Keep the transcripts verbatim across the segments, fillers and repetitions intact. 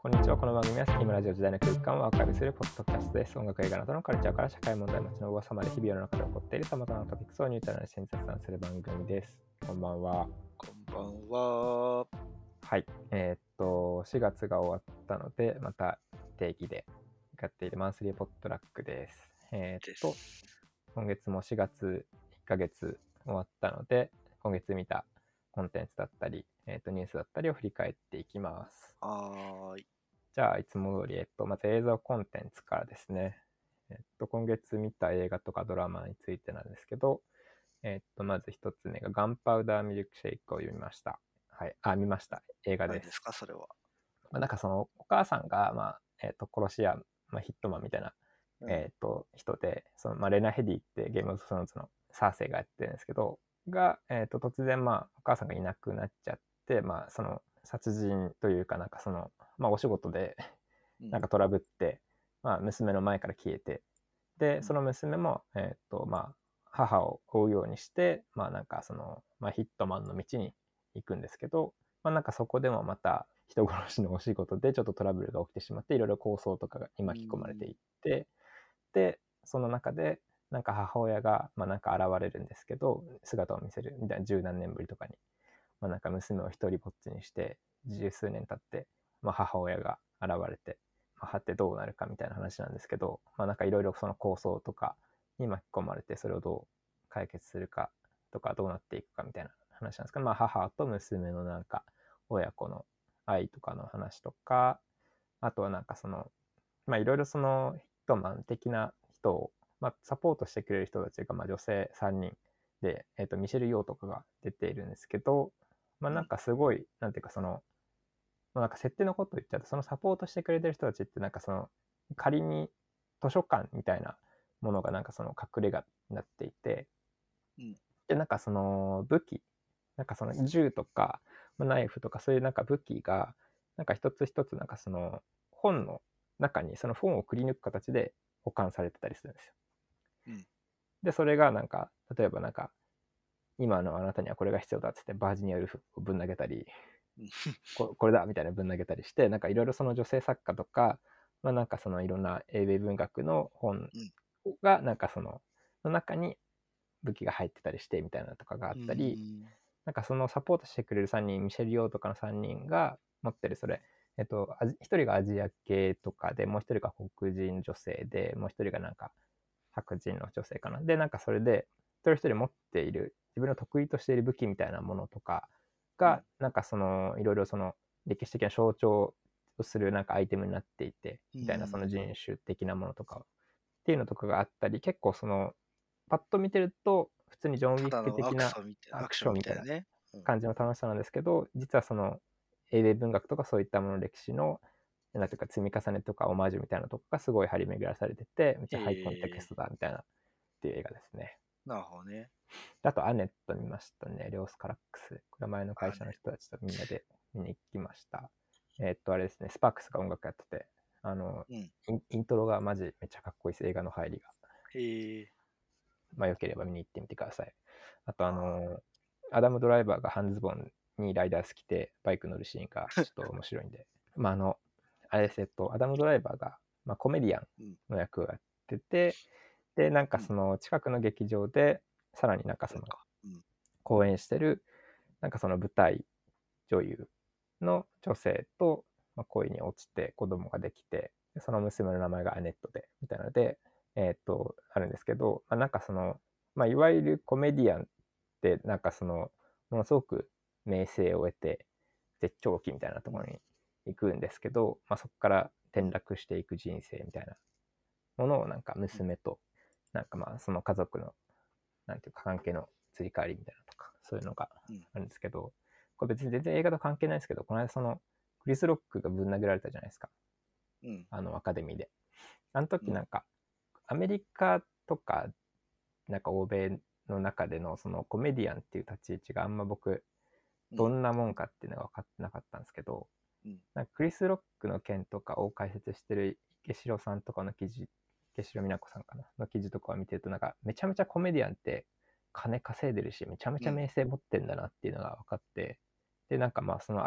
こんにちは。この番組はスキムラジオ時代の空間をアーカイブするポッドキャストです。音楽、映画などのカルチャーから社会問題、街の噂まで日々世の中で起こっている様々なトピックスをニュートラルな視点で雑談する番組です。こんばんは。 こんばんは。 はい。えーっと、しがつが終わったので、また定期でやっているマンスリーポットラックです。えーっでと、 す。 今月もしがついっかげつ終わったので、今月見たコンテンツだったり、えーっと、ニュースだったりを振り返っていきます。 はーい。 じゃあ、いつも通り、えっと、まず映像コンテンツからですね。えっと、今月見た映画とかドラマについてなんですけど、えっと、まず一つ目がガンパウダーミルクシェイクを読みました。はい。あ、見ました。映画何ですです。 かそれは。 まあ、なんかその、お母さんが、まあ、えっと、殺し屋、まあ、ヒットマンみたいな、 うん。 えっと、人で、その、まあ、レナ・ヘディってゲームオブスローンズのサーセイがやってるんですけど、が、えっと、突然、まあ、お母さんがいなくなっちゃって、まあ、その、殺人というかなんかその、まあ、お仕事でうん。 なんかトラブって、まあ、娘の前から消えて、で、 うん。 その娘も、えーっと、まあ、母を追うようにして、まあ、なんかその、まあ、ヒットマンの道に行くんですけど、まあ、なんかそこでもまた人殺しのお仕事でちょっとトラブルが起きてしまって、いろいろ抗争とかにう巻き込まれていっん。 て、で、その中で、なんか母親が、まあ、なんか現れるんですけど、姿を見せるみたいな、十何年ぶりとかに、まあ、なんか娘を一人ぼっちにして、十数年経って、まあ、母親が現れて、まあ、ってどうなるかみたいな話なんですけど、まあ、なんかいろいろその構想とかに巻き込まれて、それをどう解決するかとか、どうなっていくかみたいな話なんですけど、まあ、母と娘のなんか親子の愛とかの話とか、あとはなんかその、まあ、いろいろそのヒットマン的な人を、まあ、サポートしてくれる人たちが、まあ、女性さんにんで、えっと、ミシェル・ヨーとかが出ているんですけど、まあ、 うん。 なんかすごい、なんていうかその、まあ、なんか設定のこと言っちゃうと、そのサポートしてくれてる人たちって、なんかその、仮に図書館みたいなものがなんかその隠れ家になっていて、 うん。 で、なんかその武器、なんかその銃とか、ナイフとかそういうなんか武器が、なんか一つ一つなんかその本の中にその本をくり抜く形で保管されてたりするんですよ。 うん。 で、それがなんか、例えばなんか、今のあなたにはこれが必要だっつってバージニアウルフをぶん投げたり、 うん。 ここれだみたいなぶん投げたりして、なんかいろいろその女性作家とか、まあなんかそのいろんな英米文学の本がなんかその、の中に武器が入ってたりしてみたいなのとかがあうったり、 ん。 なんかそのサポートしてくれるさんにん、ミシェル・ヨーとかのさんにんが持ってるそれ、えっと、ひとりがアジア系とかで、もうひとりが黒人女性で、もうひとりがなんか白人の女性かな。で、なんかそれで、一人一人持っている、自分の得意としている武器みたいなものとかが、 うん。 なんかその、いろいろその、歴史的な象徴をするなんかアイテムになっていて、 うみたいなその人ん。 種的なものとかっていうのとかがあったり、結構その、パッと見てると、普通にジョン・ウィッただのアクシク的なョンみたいな、 アアクションクションみたいなみたいなね。うん。 感じの楽しさなんですけど、実はその、英米文学とかそういったものの歴史の、なんていうか積み重ねとかオマージュみたいなとこがすごい張り巡らされてて、めっちゃハイコンテクスえトだみたいなっていう映画ですね。 ー、なるほどね。 あと、アネット見ましたね。レオス・カラックス。これ前の会あね。 社の人たちとみんなで見に行きました。えーっと、あれですね、スパークスが音楽やってて、あの、 うん。 インイントロがマジめっちゃかっこいいです。映画の入りが。 えー。 まあ、よければ見に行ってみてください。あと、ああの、アダム・ドライバーが半ズボンにライダース着てバイク乗るシーンがちょっと面白いんで。まあ、あの、あれです、えっと、アダム・ドライバーが、まあ、コメディアンー。うん。 の役をやってて、で、なんかうん。 その近くの劇場で、さらになんかそのなんか。うん。 公演してる、なんかその舞台女優の女性と、まあ、恋に落ちて子供ができて、その娘の名前がアネットで、みたいなので、えーっと、あるんですけど、まあ、なんかその、まあ、いわゆるコメディアンって、なんかその、ものすごく名声を得て、絶頂期みたいなとうん。 ころに行くんですけど、まあ、そこから転落していく人生みたいなものを、なんかうん。 娘と、なんかまあ、その家族のなんていうか関係の移り変わりみたいなとか、そういうのがうん。 あるんですけど、これ別に全然映画と関係ないですけど、この間その、クリス・ロックがぶん殴られたじゃないですか。 うん。 あの、アカデミーで。あのうん。 時なんか、アメリカとか、なんか欧米の中でのそのコメディアンっていう立ち位置があんま僕、 うん。 どんなもんかっていうのが分かってなかったんですけど、 うん。 なんかクリス・ロックの件とかを解説してる池城さんとかの記事、池城美奈子さんかなの記事とかを見てると、なんかめちゃめちゃコメディアンって金稼いでるし、めちゃめちゃ名声持ってんだなっていうのが分かって、で、なんかまあそのアネッ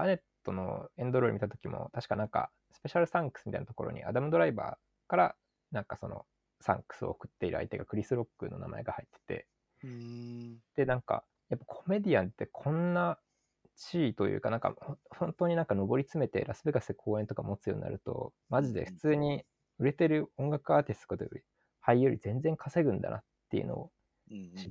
トのエンドロール見た時も確かなんかスペシャルサンクスみたいなところにアダム・ドライバーからなんかそのサンクスを送っている相手がクリス・ロックの名前が入ってて、 うーん。 でなんかやっぱコメディアンってこんな地位というか、なんか本当になんか上り詰めてラスベガスで公演とか持つようになるとマジで普通に売れてる音楽アーティストとかより俳優より全然稼ぐんだなっていうのを知って、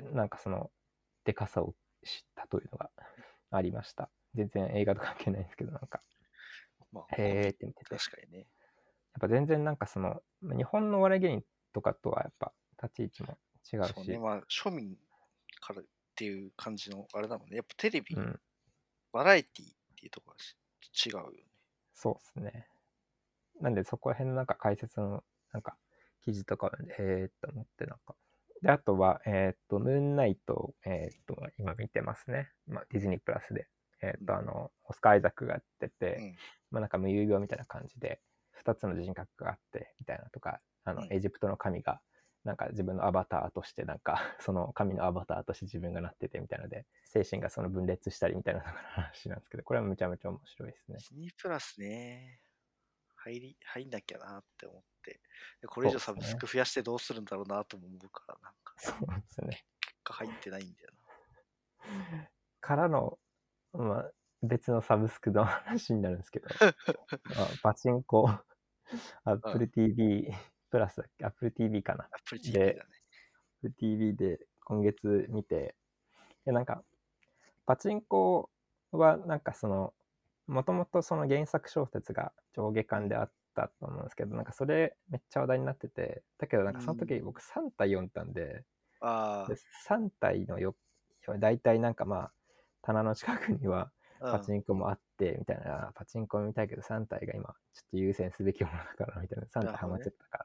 なんかそのでかさを知ったというのがありました。全然映画と関係ないんですけど、なんかまあ、 へーって見てて、 確かにね。 やっぱ全然なんかその日本のお笑い芸人とかとはやっぱ立ち位置も違うし、 そうね、まあ庶民からっていう感じのあれだもんね。やっぱテレビ、 うん、 バラエティっていうところが違うよね。 そうですね。なんでそこら辺のなんか解説のなんか記事とかでへーって思ってなんか。で、あとは、えーっと、ムーンナイト、えーっと、今見てますね。まあ、ディズニープラスで。えーっと、あの、オスカー・アイザックがやってて、 うん、 まあなんか無遊病みたいな感じで、二つの人格があって、みたいなとか、あの、 うんエジプトの神が、なんか自分のアバターとして、なんか、その神のアバターとして自分がなっててみたいなので、精神がその分裂したりみたいな話なんですけど、これはめちゃめちゃ面白いですね。 ディズニープラスね。入り、入んなきゃなって思って。でこれ以上サブそうですね。 スク増やしてどうするんだろうなとも思うから、なんか、 そうですね。 結果入ってないんだよからの、まあ、別のサブスクの話になるんですけど、まあ、パチンコ、Apple ティーブイ プラスだっけ Apple ティーブイ かな。 な。Apple ティーブイで、 だね。 Apple ティーブイ で今月見て、で、なんか、パチンコはなんかその、もともとその原作小説が上下巻であったと思うんですけど、なんかそれめっちゃ話題になってて、だけどなんかその時僕さん体読んだんで、 あでさん体のよ、大体なんかまあ、棚の近くにはあ、 パチンコもあって、みたいな、パチンコ見たいけどさん体が今、ちょっと優先すべきものだから、みたいな、さん体ハマっちゃったから。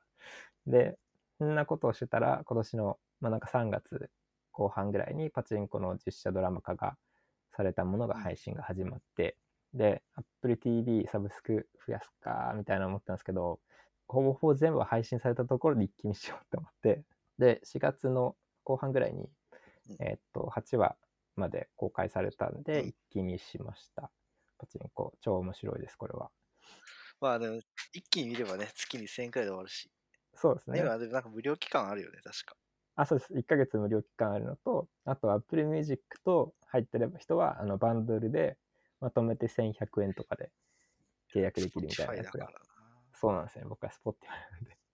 で、そんなことをしてたら、今年の、まあなんかさんがつこう半ぐらいにパチンコの実写ドラマ化がされたものが配信が始まって、うん、で、Apple ティーブイ サブスク増やすか、みたいな思ったんですけど、ほぼほぼ全部配信されたところで一気にしようって思って、で、しがつの後半ぐらいに、えー、っと、はちわまで公開されたんで、一気見しました。パチンコ。超面白いです、これは。 まあでも、一気に見ればね、月にせんえんくらいで終わるし。 そうですね。 今、でもなんか無料期間あるよね、確か。 あ、そうです。いっかげつ無料期間あるのと、あと Apple Music と入ってれば人は、あの、バンドルでまとめてせんひゃくえんとかで契約できるみたいなやつが。そうなんですね。僕は Spotify なんで。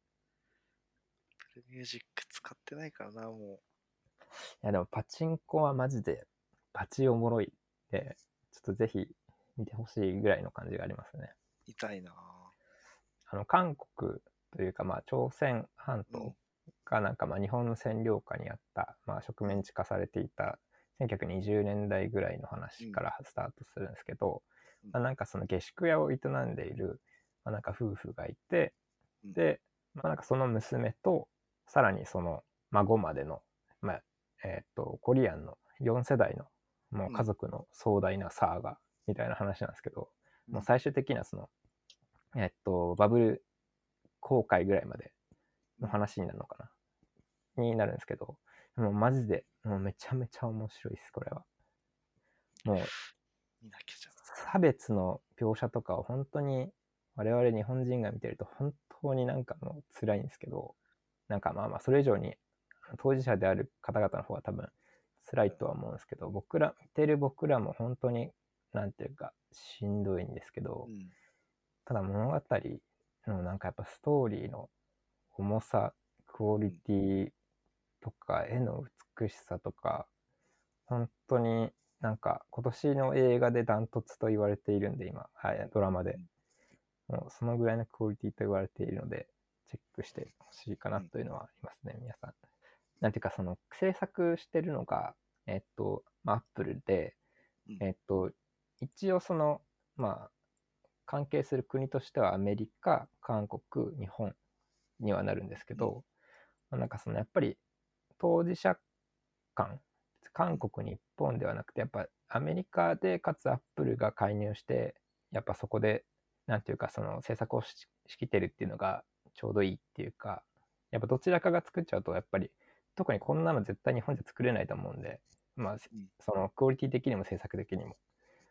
Apple Music 使ってないからな、もう。 いや、でもパチンコはマジで、パチおもろいで、ちょっとぜひ見てほしいぐらいの感じがありますね。 痛いなあの、韓国というか、まあ、朝鮮半島がなんか、まあ、日本の占領下にあった、まあ、植民地化されていたせんきゅうひゃくにじゅうねんだいぐらいの話からスタートするんですけど、まあ、なんかその下宿屋を営んでいる、まあ、なんか夫婦がいて、で、まあ、なんかその娘と、さらにその孫までの、まあ、えっと、コリアンのよんせだいの、もう家族の壮大なサーガみたいな話なんですけど、もう最終的にはその、えっと、バブル公開ぐらいまでの話になるのかな、になるんですけど、もうマジで、もうめちゃめちゃ面白いです、これは。もう、差別の描写とかを本当に我々日本人が見てると本当になんかもう辛いんですけど、なんかまあまあそれ以上に当事者である方々の方が多分辛いとは思うんですけど、僕ら、見てる僕らも本当になんていうかしんどいんですけど、ただ物語のなんかやっぱストーリーの重さ、クオリティとか絵の美しさとか、本当になんか今年の映画でダントツと言われているんで今、はい、ドラマでもうそのぐらいのクオリティと言われているのでチェックしてほしいかなというのはありますね、皆さん。なんていうかその制作してるのがえっと、まあ、アップルで、えっと一応そのまあ関係する国としてはアメリカ、韓国、日本にはなるんですけど、うん、なんかそのやっぱり当事者間、韓国、日本ではなくてやっぱアメリカでかつアップルが介入してやっぱそこでなんていうかその制作をし仕切ってるっていうのがちょうどいいっていうか、やっぱどちらかが作っちゃうとやっぱり特にこんなの絶対日本じゃ作れないと思うんで、まあそのクオリティ的にも制作的にも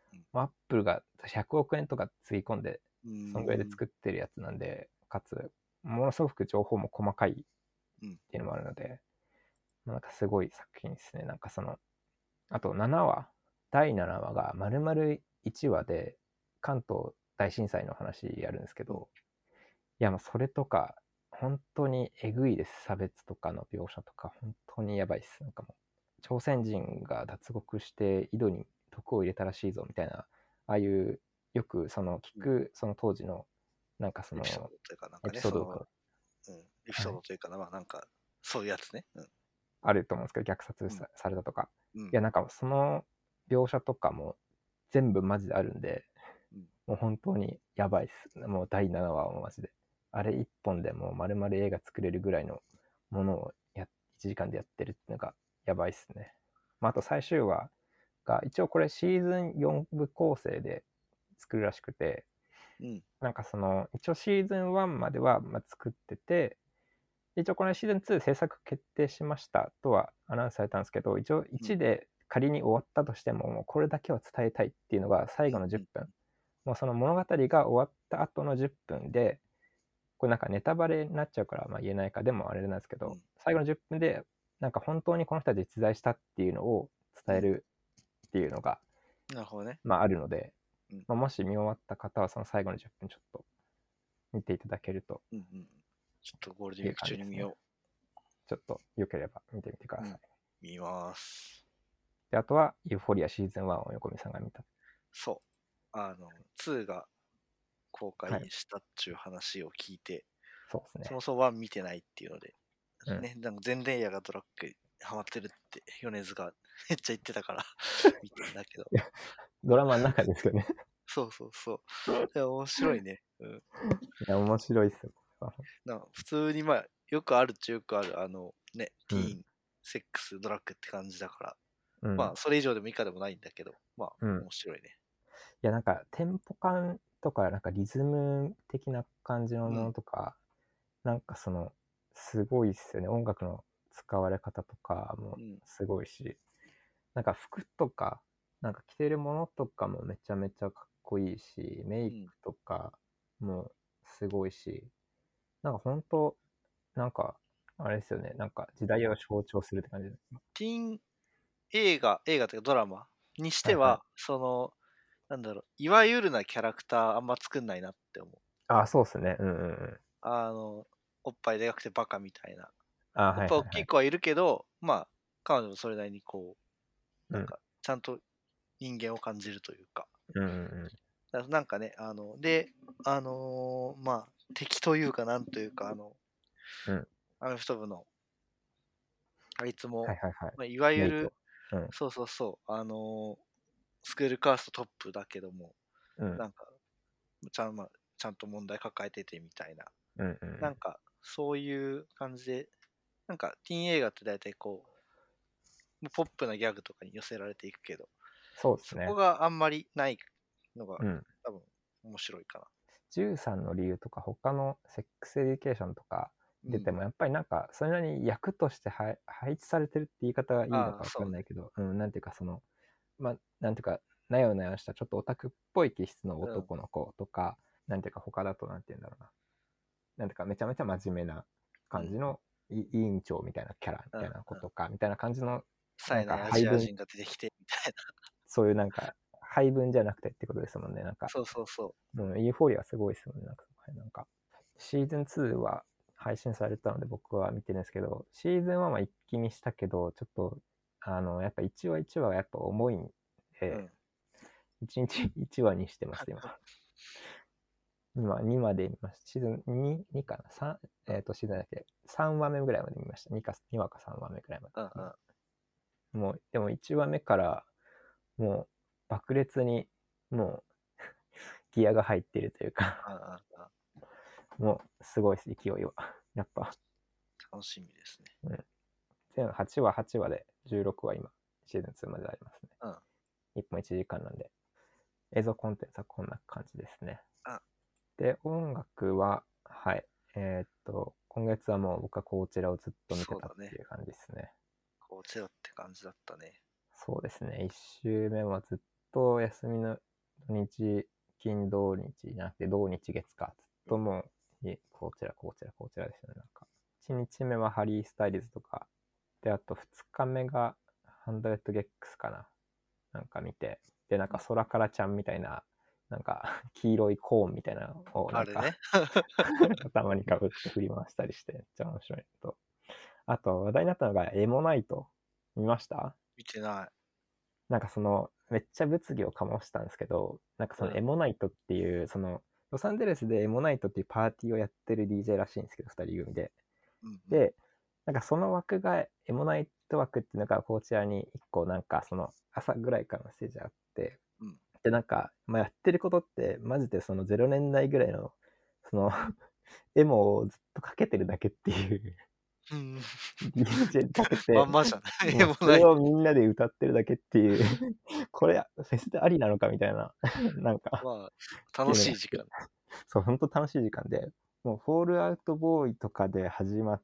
アップルがひゃくおくえんとかつぎ込んで、 うん。 そのぐらいで作ってるやつなんで、かつ、ものすごく情報も細かいっていうのもあるので、まあなんかすごい作品ですね。なんかその、あとななわ、だいななわが丸々いちわで関東大震災の話やるんですけうん。 ど、いや、まあそれとか、本当にえぐいです。差別とかの描写とか、本当にやばいです。なんかもう、朝鮮人が脱獄して井戸に毒を入れたらしいぞみたいな、ああいう、よくその聞うんく、その当時の、なんかそエピソードの、 というか、なんエかね、その、 ピソードが、 うん、エピはい、 ソードというかな、まあなんか、そういうやつね。うん。 あると思うんですけど、虐殺うん。 さされたとか。 うん。 いや、なんかその描写とかも全部マジであるんで、 うん。 もう本当にやばいっす。もうだいななわはもうマジで。あれ一本でもう丸々映画作れるぐらいのものをやいちじかんでやってるっていうのがやばいっすね。まあ、あと最終話が、一応これシーズンよんぶ構成で作るらしくて、 うん。 なんかその、一応シーズンワンまではまあ作ってて、一応このシーズンツー制作決定しましたとはアナウンスされたんですけど、一応うん。 いちで仮に終わったとしても、もうこれだけは伝えたいっていうのが最後の10 うん。 分。もうその物語が終わった後のじゅっぷんで、これなんかネタバレになっちゃうからまあ言えないか、でもあれなんですけど、 うん。 最後のじゅっぷんで、なんか本当にこの人は実在したっていうのをうん。 伝えるっていうのが、 なるほどね。 まああるので、 うん。 まあ、もし見終わった方はその最後のじゅっぷんちょっと見ていただけるとうん。うん。ちょっとゴールデっていうンウィーク感じですね。 中に見よちょっと良ければ見てみてくだう。うさい。 ん。見ます。 で、あとはユーフォリアシーズンワンを横見さんが見た。 そう。あの、ツーが公はい。 開したっちゅう話を聞いて、 そうですね。 そもそもワン見てないっていうので、 うん。 ね、なんか全然映画ドラッグハマってるって米津がめっちゃ言ってたから見てんだけど。 ドラマの中ですけどね。 そうそうそう。でも面白いね。うん。 いや、面白いっすよ。 なんか普通にまあ、よくあるっちゃよくある、あのね、テうん。 ィーン、セックス、ドラッグって感じだから、 うん。 まあ、それ以上でも以下でもないんだけど、まあ、 うん。 面白いね。 いや、なんか、テンポ感とか、なんかリズム的な感じのもうん。 のとか、なんかその、すごいっすよね。音楽の使われ方とかもうん。 すごいし、なんか服とか、なんか着てるものとかもめちゃめちゃかっこいいし、メイクうん。 とかもすごいし、なんか本当、なんか、あれですよね。なんか時代を象徴するって感じです。 ティーン映画、映画というかドラマにしてはいはい。 は、その、なんだろう、いわゆるなキャラクターあんま作んないなって思う。 あ、そうっすね。うんうんうん。 あの、おっぱいでかくてバカみたいな。 あ、 おっぱい大はいはいはい。 きい子はいるけど、まあ、彼女もそれなりにこう、 うん。 なんか、ちゃんと人間を感じるというか。 うんうんだからなんかね、あの、で、あのーまあ、敵というか、なんというか、あの、 うん。うん。 アメフト部の、あいつも、 はいはいはい。 まあ、いわゆネイト。 る、 うん。 そうそうそう、あのースクールカーストトップだけども、 うん。 なんか、ちゃん、まあ、ちゃんと問題抱えててみたいな。 うんうんうん。 なんか、そういう感じで、なんか、ティーン映画って大体こう、ポップなギャグとかに寄せられていくけど、そこそうですね。 があんまりないのが、 うん。 多分、面白いかな。 じゅうさんの理由とか、他のセックスエデュケーションとかうん。 出ても、やっぱりなんか、それなりに役として配配置されてるって言い方がいいのああ、 かわかそうね。 んないけど、うん、なんていうか、その、まあ、なんていうか、なよなよしたちょっとオタクっぽい気質のうん。 男の子とか、なんていうか、他だとなんていうんだろうな。なんていうか、めちゃめちゃ真面目なうん。 感じのい委員長みたいなキャラみうん。 たいな子うん。 とか、みたいな感じの、なんか冴えないア配分、 ジア人が出てきて、みたいな。 そういうなんか、配分じゃなくてってことですもんね。なんか、 そうそうそうん、ユーフォーリアすごいですよね。なんか、なんかシーズンツーは配信されたので僕は見てるんですけど、シーズンワンは一気見したけど、ちょっと、あの、やっぱいちわいちわはやっぱ重いんう。うで、 ん。 いちにちいちわにしてます、今。今、にまで見ました。シーズンに、にかな ?さん、 うん。 えっ、と、シーズンだっけ ?さん 話目ぐらいまで見ました。にか、にわかさんわめぐらいまで。 うん。うん。 もう、でもいちわめから、もう、爆裂に、もう、ギアが入ってるというか、 うん。うん。 もう、すごいです、勢いは。やっぱ。 楽しみですね。 うん。全はちわ、はちわでじゅうろくわ今、シーズンツーまでありますね。 うん。 いっぽんいちじかんなんで。映像コンテンツはこんな感じですね。 あ、 で、音楽は、はい。えーっと、今月はもう僕はこちらをずっと見てたっそうだね。 ていう感じですね。 こうちらって感じだったね。 そうですね。いっ週目はずっと休みの土日、金土日じゃなくて土日月か、ずっともう、いこちらこちらこちらですよね。なんか、いちにちめはハリー・スタイルズとか、で、あとふつかめがハンドレッド・ゲックスかな。なんか見て、で、なんか空からちゃんみたいな、なんか黄色いコーンみたいなのをなんか、 あれね。 頭にかぶって振り回したりして、めっちゃ面白いと。あと話題になったのがエモナイト。見ました？ 見てない。 なんかその、めっちゃ物議を醸したんですけど、なんかそのエモナイトっていう、その、ロサンゼルスでエモナイトっていうパーティーをやってる ディージェー らしいんですけど、二人組で。 うんうん、 で、なんかその枠が、エモナイト枠っていうのがこちらに一個なんかその朝ぐらいからのステージあって、 うん、 で、なんか、まあ、やってることってマジでそのゼロねんだいぐらいの、その、エモをずっとかけてるだけっていううん、 ディージェー かけて、 まんまじゃない。 もうそもない。 れをみんなで歌ってるだけっていうこれフェスでありなのかみたいななんかまあ、楽しい時間。 そう、本当楽しい時間で、もうフォールアウトボーイとかで始まって、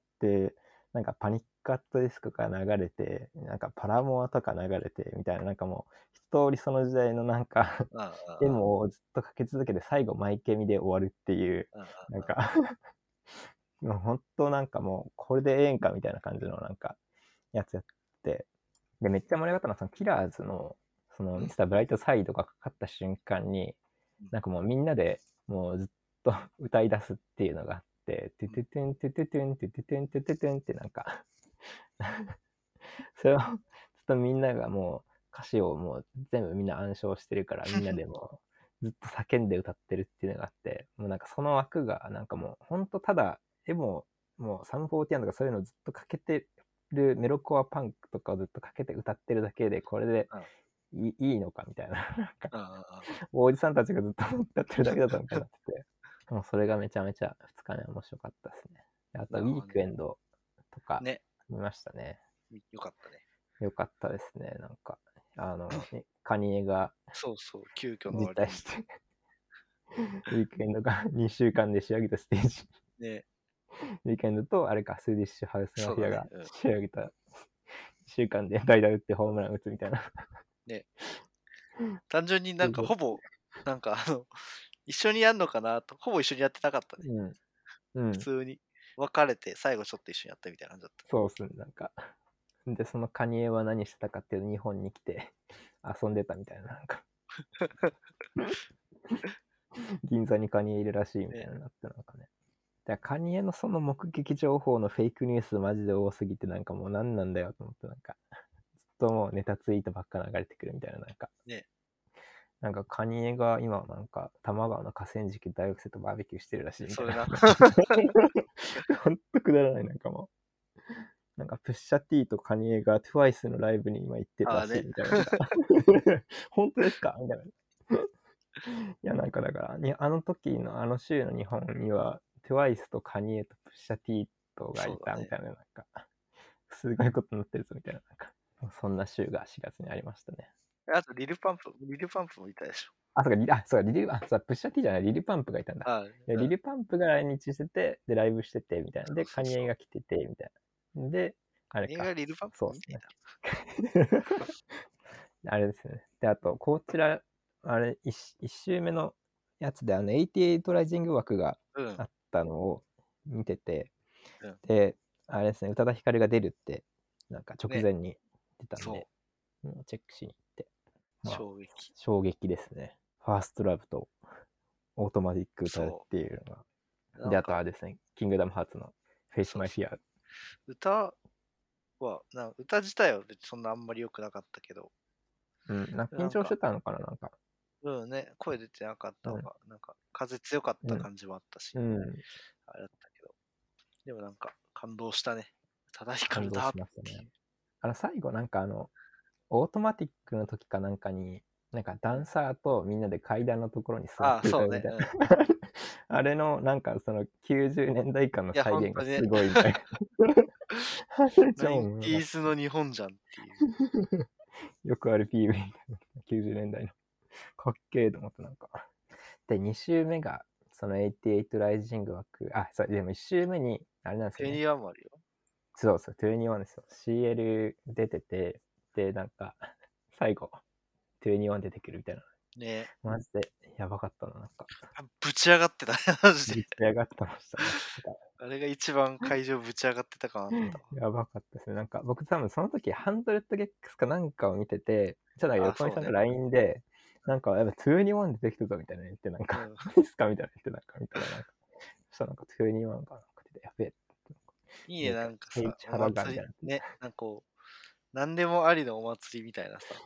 なんかパニックアットディスクが流れて、なんかパラモアとか流れてみたいな、なんかもう一通りその時代のなんかエモをずっとかけ続けて、最後マイケミで終わるっていう、なんかもう本当なんかもうこれでええんかみたいな感じのなんかやつやって、でめっちゃ盛り上がったのはそのキラーズのそのミスターブライトサイドがかかった瞬間に、なんかもうみんなでもうずっと歌い出すっていうのがあって、トゥトゥトゥントゥトゥトゥントゥトゥトゥントゥトゥトゥンってなんかそれをずっとみんながもう歌詞をもう全部みんな暗唱してるから、みんなでもうずっと叫んで歌ってるっていうのがあって、もうなんかその枠がなんかもうほんとただ絵ももうサムフォーティーワンとかそういうのをずっとかけてるメロコアパンクとかをずっとかけて歌ってるだけでこれでい い, いいのかみたいな、なんかおじさんたちがずっと歌ってるだけだったみたいになってて、もうそれがめちゃめちゃふつかめ面白かったですね。あとウィークエンドとか見ましたね。 よかったね。 よかったですね。なんかあのカニエがそうそう急遽の辞退してウィークエンドがにしゅうかんで仕上げたステージ、ね、ウィークエンドとあれかスーディッシュハウスマフィアが仕上げたいっしゅうかんで代打打ってホームラン打つみたいなね。単純になんかほぼなんかあの一緒にやるのかなと、ほぼ一緒にやってなかったね。うんうん、普通に別れて最後ちょっと一緒にやったみたいな感じだった。 そうっすね。なんかでそのカニエは何してたかっていうと日本に来て遊んでたみたいな、なんか銀座にカニエいるらしいみたいなのなってなんかね。だカニエのその目撃情報のフェイクニュースマジで多すぎて、なんかもう何なんだよと思って、なんかずっともうネタツイートばっか流れてくるみたいな、なんかね、なんかカニエが今なんか多摩川の河川敷大学生とバーベキューしてるらしいみたいな。ほんとくだらない、なんかもうなんかプッシャ T とカニエが トゥワイス のライブに今行ってるらしいみたいな、ね、本当ですかみたいな。いやなんかだからにあの時のあの週の日本には トゥワイス とカニエとプッシャ T とがいたみたいな、なんかすごいことになってるぞみたいな、なんかそんな週がしがつにありましたね。 あとリルパンプリルパンプもいたでしょ。 あ、そうか、リあ、そうか、リル、あ、そうプッシャ T じゃない、リルパンプがいたんだ。でリルパンプが来日してて、で、ライブしてて、みたいな。で、カニエが来てて、みたいな。で、あれか。 カニエがリルパンプそうですね。あれですね。で、あと、こちら、あれ、一周目のやつで、あの、はちじゅうはちライジング枠があったのを見てて、うん、で、あれですね、宇多田ヒカルが出るって、なんか直前に出たんで、ね、もうチェックしに行って。まあ、衝撃。衝撃ですね。ファーストラブとオートマティック歌うっていうのが。で、あとはですね、キングダムハーツのフェイスマイフィア。 歌は、な歌自体は別にそんなあんまり良くなかったけど。 うん、なんか緊張してたのかな、なんか。 うんね、声出てなかった方が、うん、なんか風強かった感じもあったし、うん、あれだったけど。でもなんか感動したね。ただヒカルだっていう。感動しましたね。 あの最後なんかあの、オートマティックの時かなんかに、なんかダンサーとみんなで階段のところに座って歌うみたいな。あ, ねうん、あれのなんかそのきゅうじゅうねんだい以下の再現がすごいみたいな。 ナインティーズの日本じゃんっていう。 よくある ピーブイ みたいな。きゅうじゅうねんだいの。かっけえと思ってなんか。で、に週目がそのはちじゅうはちライジング枠。あ、そう、でもいち週目に、あれなんですよね。 にじゅういちもあるよ。 そうそう、にじゅういちですよ。シーエル 出てて、で、なんか、最後、 にじゅういち出てくるみたいな。 ね。 マジでやばかったな、なんか。 ぶち上がってたね、マジで。 ぶち上がってましたね。 あれが一番会場ぶち上がってた感あったわ。 やばかったですね。なんか僕多分その時ハンドレッドゲックスかなんかを見てて、ちょっと横井さんの ライン で、ね、なんかやっぱにじゅういち出てきたぞみたいな言って、なんか、うん、何ですかみたいな言って、なんか見たらなんか、そしたらなんかにじゅういちかなんかでやべえ。 いいね、なんかさ、 お祭りね、なんかこう、なんでもありのお祭りみたいなさ。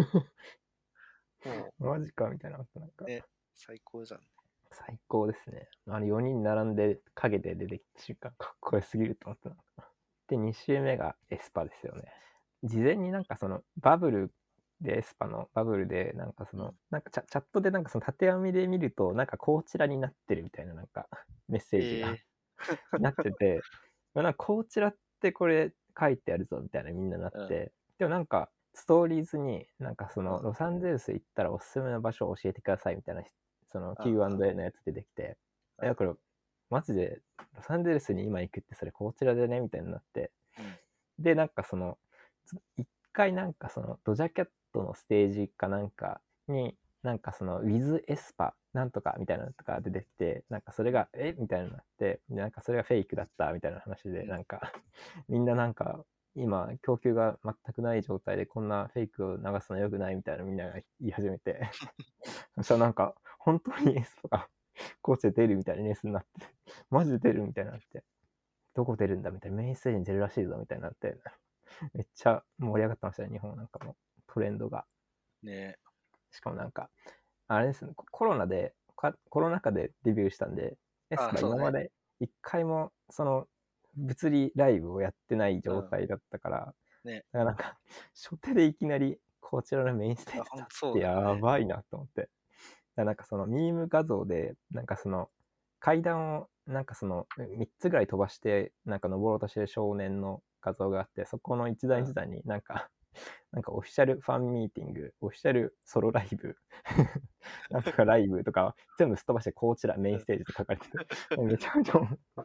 もうマジかみたいな、なんか。 ね、最高じゃん。 最高ですね。あのよにん並んで影で出てきた瞬間、かっこよすぎると思ったな。で、に週目がエスパですよね。事前になんかそのバブルでエスパのバブルでなんかその、うん、なんかチャチャットでなんかその縦読みで見るとなんかこちらになってるみたいななんかメッセージが、えー、なってて、なんかこちらってこれ書いてあるぞみたいなみんななって、うん、でもなんかストーリーズになんかそのロサンゼルス行ったらおすすめの場所を教えてくださいみたいなその キューアンドエー のやつ出てきて、いやこれマジでロサンゼルスに今行くってそれこちらでねみたいになって、うん、でなんかその一回なんかそのドジャキャットのステージかなんかになんかその with エスパなんとかみたいなのとか出てきて、なんかそれがえみたいになって、なんかそれがフェイクだったみたいな話で、なんかみんななんか今供給が全くない状態でこんなフェイクを流すの良くないみたいなみんなが言い始めてそしたらなんか本当にエスパがコーチで出るみたいなニュースになってマジで出るみたいになって、どこ出るんだみたいな、メインステージに出るらしいぞみたいになってめっちゃ盛り上がってましたね、日本なんかもトレンドがね。 しかもなんかあれですね、コロナでコロナ禍でデビューしたんで、エスパ今まで一回もその物理ライブをやってない状態だったから、うんね、だからなんか初手でいきなりこちらのメインステージってやばいなと思って、ね、だなんかそのミーム画像でなんかその階段をなんかそのみっつぐらい飛ばしてなんか登ろうとしてる少年の画像があって、そこの一段一段になんか、うん、なんかオフィシャルファンミーティング、オフィシャルソロライブなんとかライブとか全部すっ飛ばしてこちらメインステージって書かれててめちゃめちゃ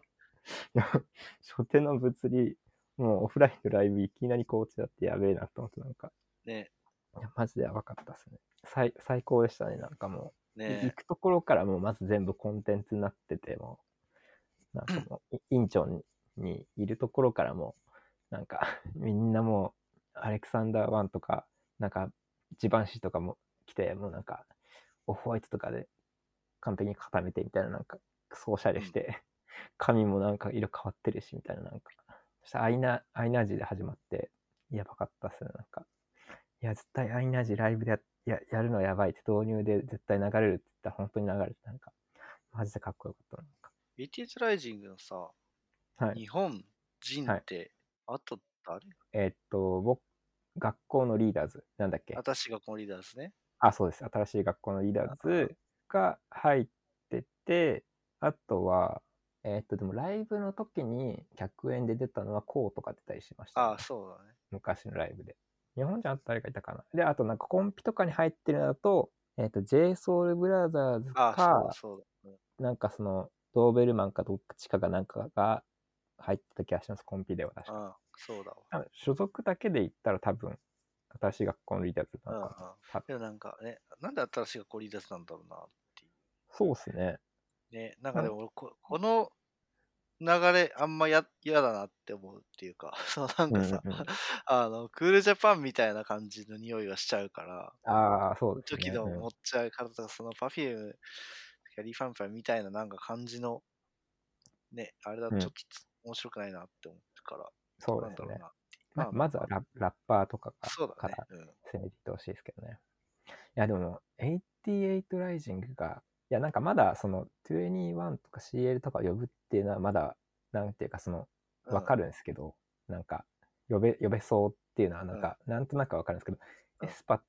初手の物理もうオフラインのライブいきなりこちらってやべえなと思って、なんかね、 いやマジでやばかったですね。最最高でしたね。なんかもう、 ね、 行くところからもうまず全部コンテンツになってて、もうなんかもうインチョンにいるところからもなんかみんなもうアレクサンダーワンとかなんかジバンシとかも来て、もうなんかオフホワイトとかで完璧に固めてみたいな、なんかソーシャルして、うん、髪もなんか色変わってるしみたいな、なんかそしたらアイナアイナージで始まってやばかったっすね。なんかいや絶対アイナージライブで や, や, やるのやばいって、導入で絶対流れるって言ったら本当に流れて、なんかマジでかっこよかった。なんかビーティーエス ライジングのさ、はい、日本人って、はい、あと誰？ えー、っと僕学校のリーダーズなんだっけ？ 新しい学校のリーダーズね。 あ、そうです。新しい学校のリーダーズが入ってて、あとは、えー、っと、でもライブの時に客演で出たのはコウとか出たりしました、 ね。ああ、そうだね。 昔のライブで。日本じゃ誰かいたかな。で、あとなんかコンピとかに入ってるのだと、えー、っと、JSOULBROTHERS か、 そうそう、 うん、なんかその、ドーベルマンかどっちかがなんかが入ってた気がします、コンピでは確か。 ああ、そうだわ。 所属だけで言ったら多分、新しい学校のリーダーズなのかな。 うんうん、でもなんかね、なんで新しい学校リーダーズなんだろうなっていう。 そうっすね。 ね、なんかでもこ、この流れあんまや嫌だなって思うっていうか、そうなんかさ、うんうん、あの、クールジャパンみたいな感じの匂いがしちゃうから、 ああ、そうですね。 時の持っちゃう方とか、その Perfume、キャリーファンファンみたいななんか感じの、ね、あれだとちょっと面白くないなって思うから、 そうですね。 まあ、 まずは ラ, ラッパーとかかそうだ、ね、 から攻めていってほしいですけどね。いや、でも、はちじゅうはちライジングが、いや、なんかまだ、その、にじゅういちとか シーエル とか呼ぶっていうのは、まだ、なんていうか、その、わかるんですけど、うん、なんか、呼べ、呼べそうっていうのは、なんか、うん、なんとなくわかるんですけど、うん、エスパって、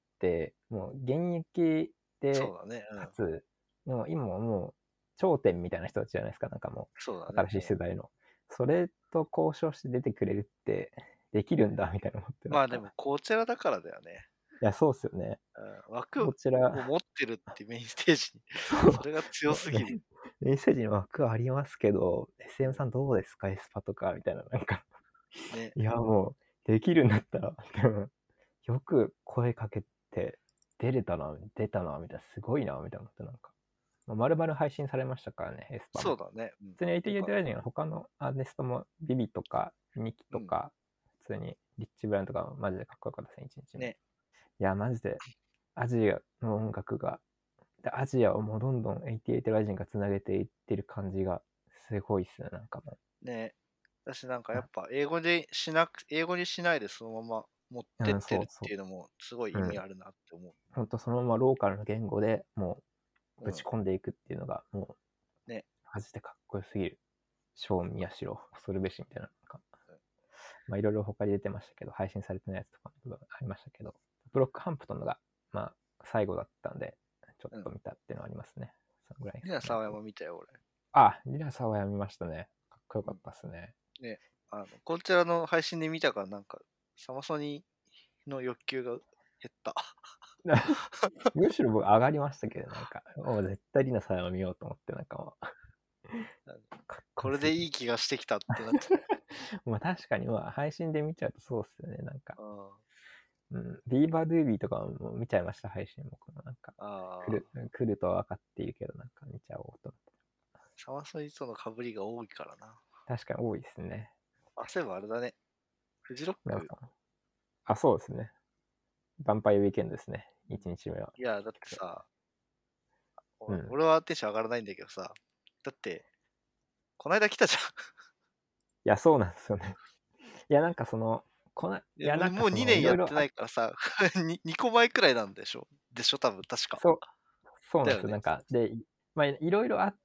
もう、現役で、かつ、でも今ももう、頂点みたいな人たちじゃないですか、なんかもう、 そうだね、 新しい世代の。それと交渉して出てくれるって、できるんだ、みたいな思って。 まあでも、こちらだからだよね。 いや、そうっすよね。 うん、枠を持ってるってメインステージに。それが強すぎる。 メインステージに枠ありますけど、エスエム さんどうですかエスパとかみたいな、なんか、ね、いや、もう、できるんだったら、よく声かけて出れたな、出たな、みたいな、すごいな、みたいな思って、なんか。まるまる配信されましたからね、エスパも。 そうだね。うん、 普通にはちじゅうはちライジングの他のアーティストも、ビビとか、ミキとか、うん、普通にリッチ・ブラウンとか、マジでかっこよかったですね、一日目。ね、いや、マジで、アジアの音楽が、アジアをもうどんどんはちじゅうはちライジンがつなげていってる感じが、すごいっすね、なんかもう。 ね。私なんかやっぱ英語でしなく、英語にしないでそのまま持ってってるっていうのもすごい意味あるなって思う。 ほんとそのままローカルの言語でもうぶち込んでいくっていうのがもう、ね、マジでかっこよすぎる。正宮代、恐るべしみたいな。なんかまあいろいろ他に出てましたけど、配信されてないやつとかもありましたけど、ブロックハンプトンのが、まあ最後だったんで、ちょっと見たっていうのはありますね。そのぐらい。 リナ沢山見たよ、俺。 あ、リナ沢山見ましたね。かっこよかったっすね。 うん、ね、あの、こちらの配信で見たからなんか、サマソニの欲求が減った。 むしろ僕上がりましたけど、なんか、もう絶対リナ沢山見ようと思って、なんかもう。 これでいい気がしてきたってなっちゃう。まあ確かに、まあ配信で見ちゃうとそうっすよね、なんか。うん、ビーバードゥービーとかも見ちゃいました、配信僕も。なんか、来る、来るとは分かっているけど、なんか見ちゃおうと思って。 サマソニとの被りが多いからな。 確かに多いですね。 あ、そういえばあれだね。フジロック。 あ、そうですね。ヴァンパイアウィーケンドですね、いちにちめは。 いや、だってさ、うん、俺はテンション上がらないんだけどさ、だって、こないだ来たじゃん。いや、そうなんですよね。いや、なんかその、こないや、なんかもうにねんやってないからさ、に, にこまえくらいなんでしょでしょ多分、確か。 そう、そうなんですよ。ね、なんか、で、まあ、いろいろあって、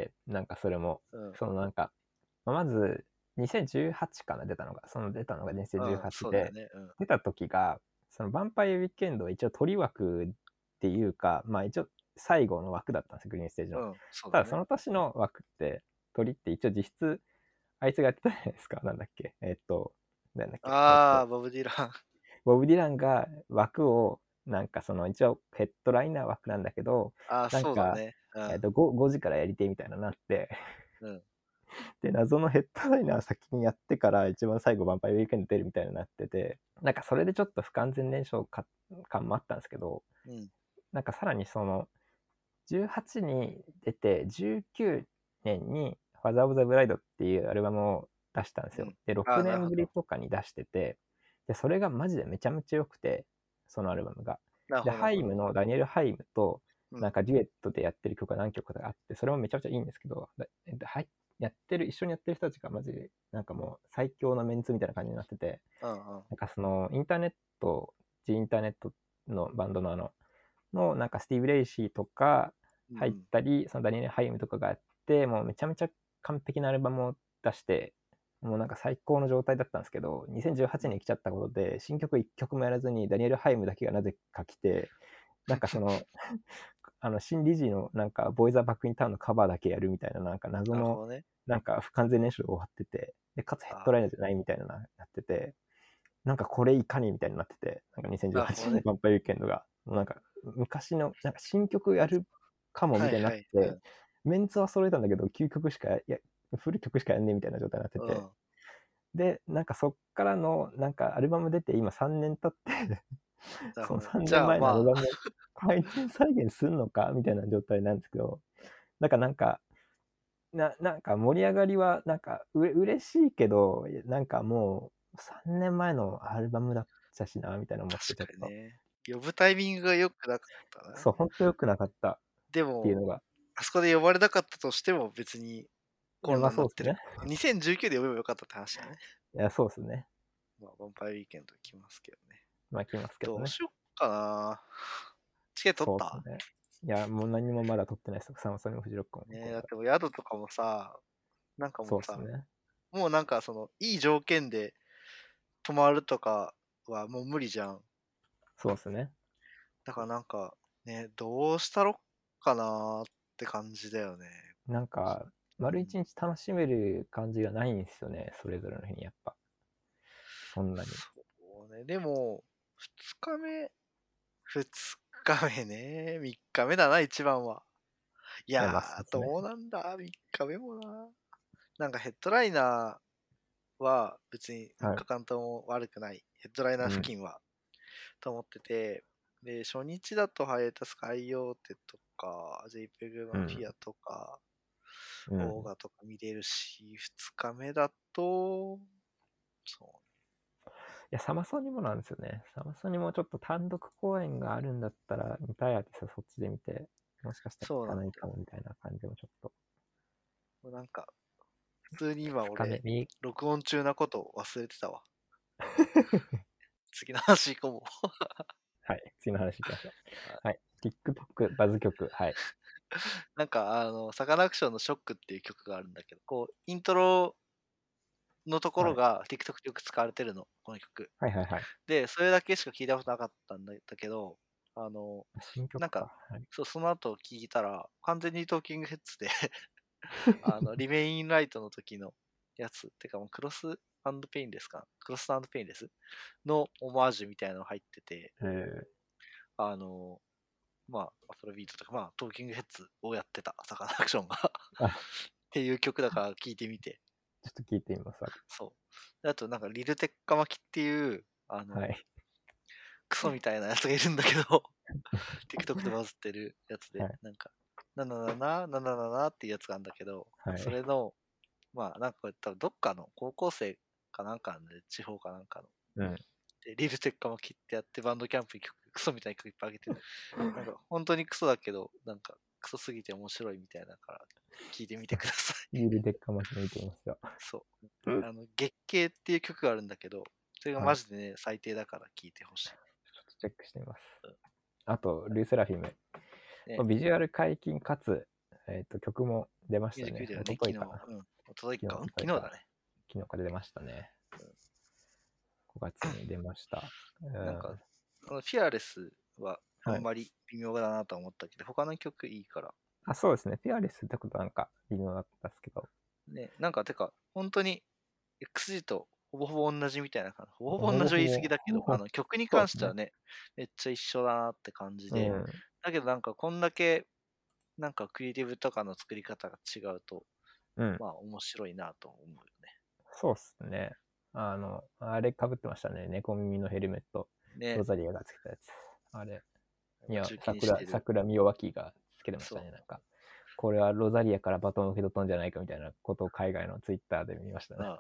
なんかそれも、うん、そのなんか、まあ、まず、にせんじゅうはちかな、出たのが、その出たのがにせんじゅうはちで、うんねうん、出た時が、そのヴァンパイアウィーケンドは一応鳥枠っていうか、まあ一応最後の枠だったんですよ、グリーンステージの。うんだね、ただその年の枠って、鳥って一応実質、あいつがやってたじゃないですか、なんだっけ、えー、っと、なんだっけ。 ああ、えっと、ボブ・ディラン。 ボブ・ディランが枠を、なんかその一応ヘッドライナー枠なんだけど、 あなんか、 そうだねうん、えー、っと 5, ごじからやりてみたいななって、うん、で、謎のヘッドライナー先にやってから一番最後ヴァンパイアウィークエンド出るみたいになってて、なんかそれでちょっと不完全燃焼感もあったんですけど、うん、なんかさらにそのじゅうはちに出てじゅうきゅうねんにファザー・オブ・ザ・ブライドっていうアルバムを出したんですよ。うん、で、ろくねんぶりとかに出してて、で、それがマジでめちゃめちゃ良くて、そのアルバムが。で、ハイムのダニエル・ハイムと、なんかデュエットでやってる曲が何曲かあって、それもめちゃめちゃいいんですけど、やってる、一緒にやってる人たちがマジで、なんかもう最強のメンツみたいな感じになってて、うんうん、なんかそのインターネット、G インターネットのバンドのあの、のなんかスティーブ・レイシーとか入ったり、うん、そのダニエル・ハイムとかがあって、もうめちゃめちゃ完璧なアルバムを出して、もうなんか最高の状態だったんですけど、にせんじゅうはちねんに来ちゃったことで、新曲いっきょくもやらずにダニエル・ハイムだけがなぜか来て、なんかその、あの、新理事のなんか、ボーイザーバックインタウンのカバーだけやるみたいな、なんか謎の、なんか不完全燃焼で終わってて、で、かつヘッドライナーじゃないみたいななってて、なんかこれいかにみたいになってて、なんかにせんじゅうはちねんのヴァンパイアウィーケンドが、もうなんか昔の、なんか新曲やるかもみたいになって、はいはいうん、メンツは揃えたんだけど、きゅうきょくしか、いや、古い曲しかやんねえみたいな状態になってて、うん、で、なんかそっからの、なんかアルバム出て今さんねん経ってそのさんねんまえのアルバムを完全再現するのかみたいな状態なんですけど、なんかなんか、ななんか盛り上がりはなんかう嬉しいけど、なんかもうさんねんまえのアルバムだったしなみたいな思ってちょっと、 ね、呼ぶタイミングが良くなかったな。 そう、本当良くなかったっていうのが。 あそこで呼ばれなかったとしても別に混乱になってる。ね、にせんじゅうきゅうで呼べばよかったって話だね。 いや、そうですね。 まあ、ヴァンパイアウィーケンド来ますけどね。 まあ来ますけどね。 どうしよっかな。チケット取った？ ね、いや、もう何もまだ取ってないですよ。サマソニもフジロックも。 ねだってもう宿とかもさ、なんかもうさ、 そうですね、 もうなんかその、いい条件で泊まるとかはもう無理じゃん。 そうですね。 だからなんか、ね、どうしたろっかなって感じだよね。 なんか、丸一日楽しめる感じがないんですよね、それぞれの日にやっぱ。そんなに。 そうね、でも、ふつかめ、ふつかめね、みっかめだな、一番は。いやー、いやまあね、どうなんだ、みっかめもな。なんかヘッドライナーは別にみっかかんとも悪くない。はい、ヘッドライナー付近は、うん、と思ってて、 で、初日だとハイエータスカイヨーテとか、JPEG マフィアとか、うん、オーガとか見れるし、ふつかめだと、そう。 いや、サマソニもなんですよね。サマソニもちょっと単独公演があるんだったら、見たいアーティストはそっちで見て、もしかしたら行かないかもみたいな感じもちょっと。 もうなんか、普通に今俺、録音中なことを忘れてたわ。次の話行こう。 はい、次の話行きましょう。はい、TikTok バズ曲、はい。 なんか、あの、サカナクションのショックっていう曲があるんだけど、こう、イントロのところが TikTok でよく使われてるの、この曲。 はいはいはい。 で、それだけしか聞いたことなかったんだけど、あの、 新曲かなんか、はい、そう、その後聞いたら、完全にトーキングヘッズであの、リメインライトの時のやつ、てかもうクロスペインですかクロスペインですのオマージュみたいなの入ってて、あの、まあ、アフロビートとか、まあ、トーキングヘッズをやってた、サカナクションがっていう曲だから聞いてみて。 ちょっと聞いてみます。 そう。あと、なんか、リルテッカマキっていう、あの、はい、クソみたいなやつがいるんだけど、TikTok でバズってるやつで、はい、なんか、なななな、ななななっていうやつがあるんだけど、はい、それの、まあ、なんかこれ多分どっかの高校生かなんかで、地方かなんかの。うん、で、リルテッカマキってやって、バンドキャンプに曲、クソみたいな曲いっぱいあげてる。なんか、本当にクソだけど、なんか、クソすぎて面白いみたいだから、聞いてみてください。 リルテッカマキ見てみますよ。 そう。あの、月経っていう曲があるんだけど、それがマジでね、はい、最低だから聞いてほしい。ちょっとチェックしてみます。うん、あと、ルーセラフィム。ね、ビジュアル解禁かつ、えー、と曲も出ましたね。 ね昨日、うん、届いか昨日だね。 昨日から出ましたね。うん、ごがつに出ました。 なんか、このフィアレスはあんまり微妙だなと思ったけど、はい、他の曲いいから。 あ、そうですね。フィアレスってことなんか微妙だったんですけど。 ね、なんかてか、本当に エックスジー とほぼほぼ同じみたいな感じ。ほぼほぼ同じは言い過ぎだけど、あの曲に関してはね、ねめっちゃ一緒だなって感じで、うん、だけどなんかこんだけなんかクリエイティブとかの作り方が違うと、うん、まあ面白いなと思うよね。 そうっすね。あの、あれ被ってましたね。猫耳のヘルメット。ね、ロザリアがつけたやつ。あれ。いや、桜、桜宮脇がつけてましたね。なんか。これはロザリアからバトンを受け取ったんじゃないかみたいなことを海外のツイッターで見ましたね。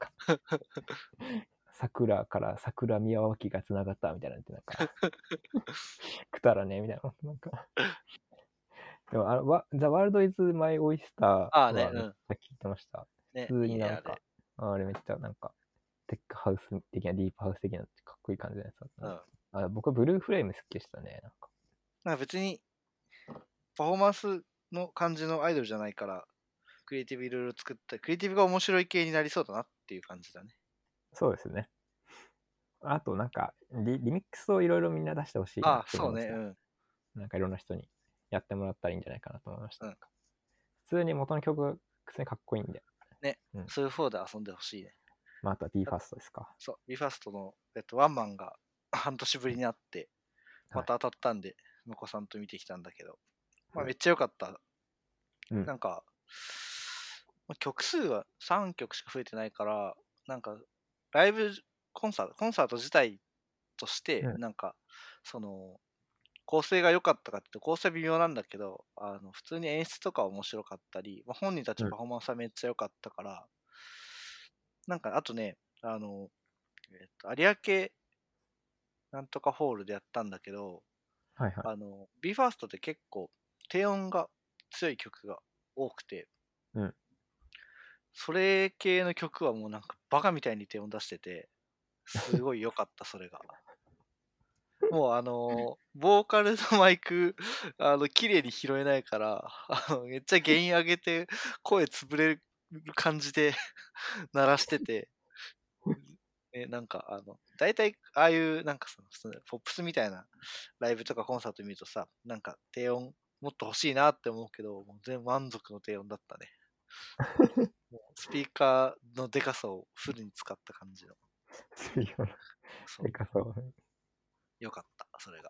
桜から桜宮脇がつながったみたいなってなんかくたらねみたいななんかでもあのザワールドイズマイオイスターはめっちゃ聞いてました。ね、普通になんか、ね、あ, あれめっちゃなんかテックハウス的なディープハウス的なかっこいい感じのやつだった、ね。うん、あ僕はブルーフレーム好きでしたね。なんかなんか別にパフォーマンスの感じのアイドルじゃないから、クリエイティブいろいろ作った、クリエイティブが面白い系になりそうだなっていう感じだね。 そうですね。あとなんかリ、リミックスをいろいろみんな出してほしいなって思いました。あ、そうね、うん。なんかいろんな人にやってもらったらいいんじゃないかなと思いました。うん、普通に元の曲、普通にかっこいいんで。 ね、うん、そういう方で遊んでほしいね。 まあ、あとは ビーファースト ですか。 そう、ビーファースト の、えっと、ワンマンが半年ぶりに会って、また当たったんで、向こさんと見てきたんだけど、まあめっちゃ良かった。うん、なんか、曲数はさんきょくしか増えてないから、なんか、ライブコンサート、コンサート自体として、なんか、うん、その、構成が良かったかって構成は微妙なんだけど、あの普通に演出とか面白かったり、まあ、本人たちのパフォーマンスはめっちゃ良かったから、うん、なんかあとね、あの、えっと、有明なんとかホールでやったんだけど、はいはい、あの、ビーファースト って結構低音が強い曲が多くて、うん、それ系の曲はもうなんかバカみたいに低音出してて、すごい良かった、それが。もうあの、ボーカルのマイク、あの、綺麗に拾えないから、あの、めっちゃ原因上げて、声潰れる感じで鳴らしてて、え、なんかあの、大体、ああいう、なんかその、ポップスみたいなライブとかコンサート見るとさ、なんか低音もっと欲しいなって思うけど、もう全満足の低音だったね。もうスピーカーのでかさをフルに使った感じの。 スピーカーのでかさを。 よかった、それが。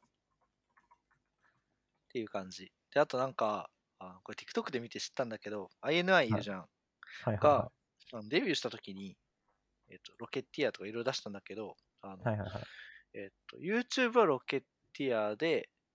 っていう感じ。で、あとなんか、あこれ TikTok で見て知ったんだけど、アイエヌアイ いるじゃん。はいはいはいはい、が、デビューした時に、えっと、ロケッティアとかいろいろ出したんだけど、あの、はいはいはい、えっと、YouTube はロケッティアで、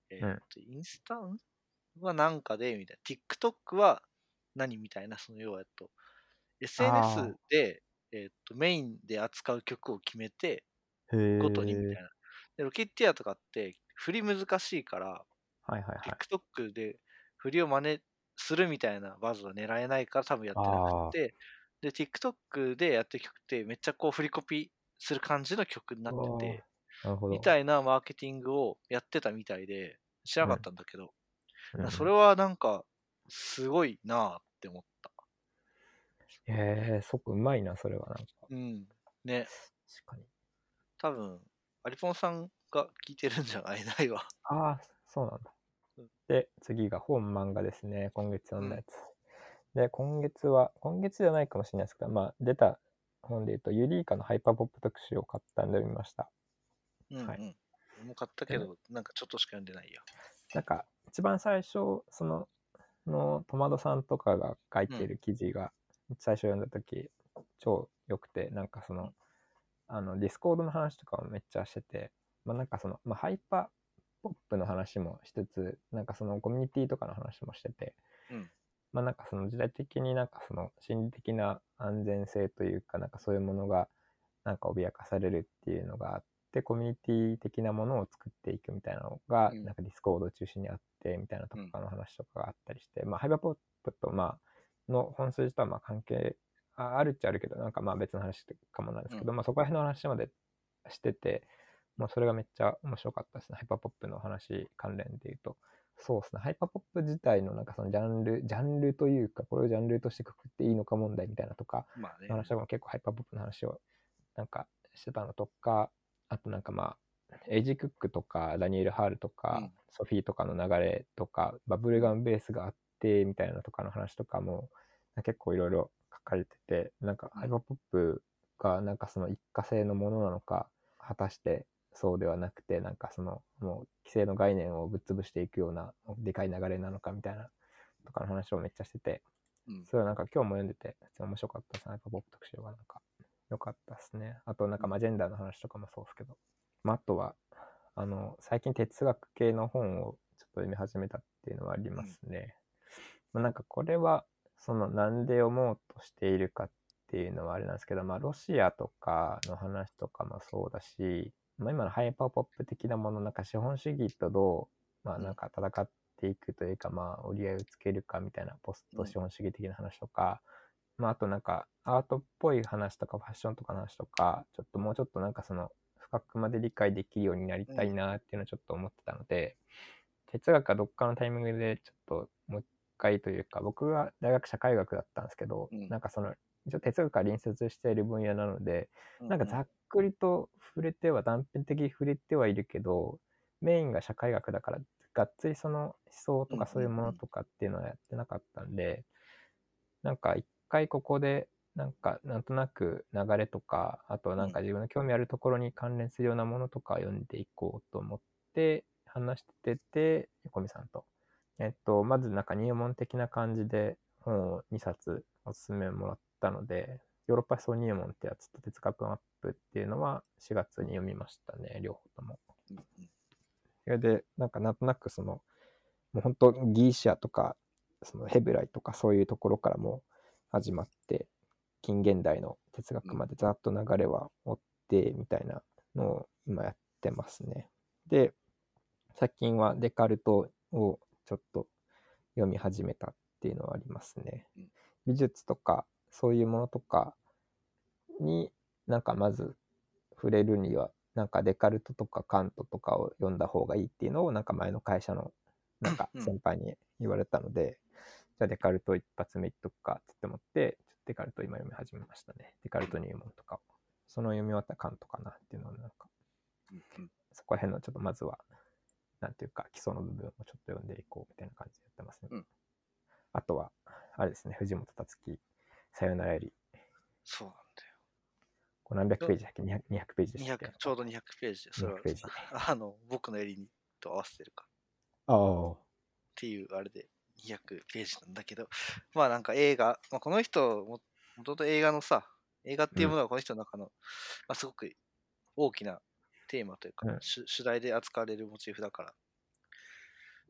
えー、っと、インスタはなんかで、みたいな。TikTok は何みたいな、その要は、えっと、エスエヌエス で、えー、っと、メインで扱う曲を決めて、ごとにみたいな。で、ロケッティアとかって振り難しいから、 はいはいはい、 TikTok で振りを真似するみたいなバズは狙えないから多分やってなくて、で、TikTok でやってる曲ってめっちゃこう振りコピする感じの曲になってて、 なるほどみたいなマーケティングをやってたみたいで、知らなかったんだけど、 うんうん、 それはなんか、すごいなぁって思った。 へえ、そっか、うまいな、それはなんか。 うん。ね。 確かに。 多分、アリポンさんが聞いてるんじゃないないわ。 ああ、そうなんだ。 うん、 で、次が本漫画ですね。今月読んだやつ。うん、で、今月は、今月じゃないかもしれないですけど、まあ、出た本で言うと、ユリイカのハイパーポップ特集を買ったんで読みました。 うんうん。はい、俺も買ったけど、なんかちょっとしか読んでないよ。 なんか、一番最初、その、のトマドさんとかが書いてる記事が、最初読んだ時、超良くて、なんかその、あの、ディスコードの話とかもめっちゃしてて、まあなんかその、まあハイパーポップの話もしつつ、なんかそのコミュニティとかの話もしてて、うん、まあなんかその時代的になんかその心理的な安全性というか、なんかそういうものがなんか脅かされるっていうのがあって、コミュニティ的なものを作っていくみたいなのが、なんかディスコードを中心にあってみたいなとかの話とかがあったりして、まあハイパーポップとまあの本筋とはまあ関係ああるっちゃあるけど、なんかまあ別の話かもなんですけど、うん、まあそこら辺の話までしてて、もうそれがめっちゃ面白かったですね。ハイパーポップの話関連で言うと。そうですね。ハイパーポップ自体のなんかそのジャンル、ジャンルというか、これをジャンルとしてくくっていいのか問題みたいなとか、まあね、話とかも結構ハイパーポップの話をなんかしてたのとか、あとなんかまあ、エイジ・クックとか、ダニエル・ハールとか、うん、ソフィーとかの流れとか、バブルガンベースがあってみたいなとかの話とかも、結構いろいろ書かれてて、なんかハイパーポップがなんかその一過性のものなのか、果たしてそうではなくて、なんかそのもう規制の概念をぶっ潰していくようなでかい流れなのかみたいなとかの話をめっちゃしてて、うん、それはなんか今日も読んでて面白かったですね。ハイパーポップ特集がなんか良かったですね。あとなんかマジェンダーの話とかもそうですけど、まあ、あとはあの最近哲学系の本をちょっと読み始めたっていうのはありますね。うん、まあ、なんかこれはそのなんで読もうとしているかっていうのはあれなんですけど、まあロシアとかの話とかもそうだし、まあ、今のハイパーポップ的なもの、なんか資本主義とどう、まあなんか戦っていくというか、まあ折り合いをつけるかみたいなポスト資本主義的な話とか、まああとなんかアートっぽい話とかファッションとかの話とか、ちょっともうちょっとなんかその深くまで理解できるようになりたいなっていうのをちょっと思ってたので、哲学はどっかのタイミングでちょっともう一回というか、僕は大学社会学だったんですけど、うん、なんかその一応哲学が隣接している分野なので、うんうん、なんかざっくりと触れては断片的に触れてはいるけど、メインが社会学だからがっつりその思想とかそういうものとかっていうのはやってなかったんで、なんか一回ここでなんかなんとなく流れとか、あとなんか自分の興味あるところに関連するようなものとか読んでいこうと思って話してて、横見さんと。えっと、まずなんか入門的な感じで本をにさつおすすめもらったので、ヨーロッパ思想入門ってやつと哲学マップっていうのはしがつに読みましたね、両方とも。それで、なんかなんとなくその、もう本当ギリシャとか、そのヘブライとかそういうところからも始まって、近現代の哲学までざっと流れは追ってみたいなのを今やってますね。で、最近はデカルトをちょっと読み始めたっていうのはありますね。美術とかそういうものとかになんかまず触れるには、なんかデカルトとかカントとかを読んだ方がいいっていうのをなんか前の会社のなんか先輩に言われたので、うん、じゃあデカルト一発目いっとくかって思って、デカルト今読み始めましたね。デカルト入門とかを。その読み終わったらカントかなっていうのをなんか、うんうん、そこら辺のちょっとまずは、なんていうか基礎の部分をちょっと読んでいこうみたいな感じでやってますね。うん、あとは、あれですね、藤本達樹、さよならより。 そうなんだよ。 これ何百ページだっけ ?にひゃく, にひゃくページでしたっけ？ ちょうどにひゃくページで、それはにひゃくページあの僕の襟にと合わせてるか。 ああ。っていうあれでにひゃくページなんだけど、まあなんか映画、まあ、この人も、もともと映画のさ、映画っていうものはこの人の中の、うん、まあ、すごく大きなテーマというか、うん、主題で扱われるモチーフだから、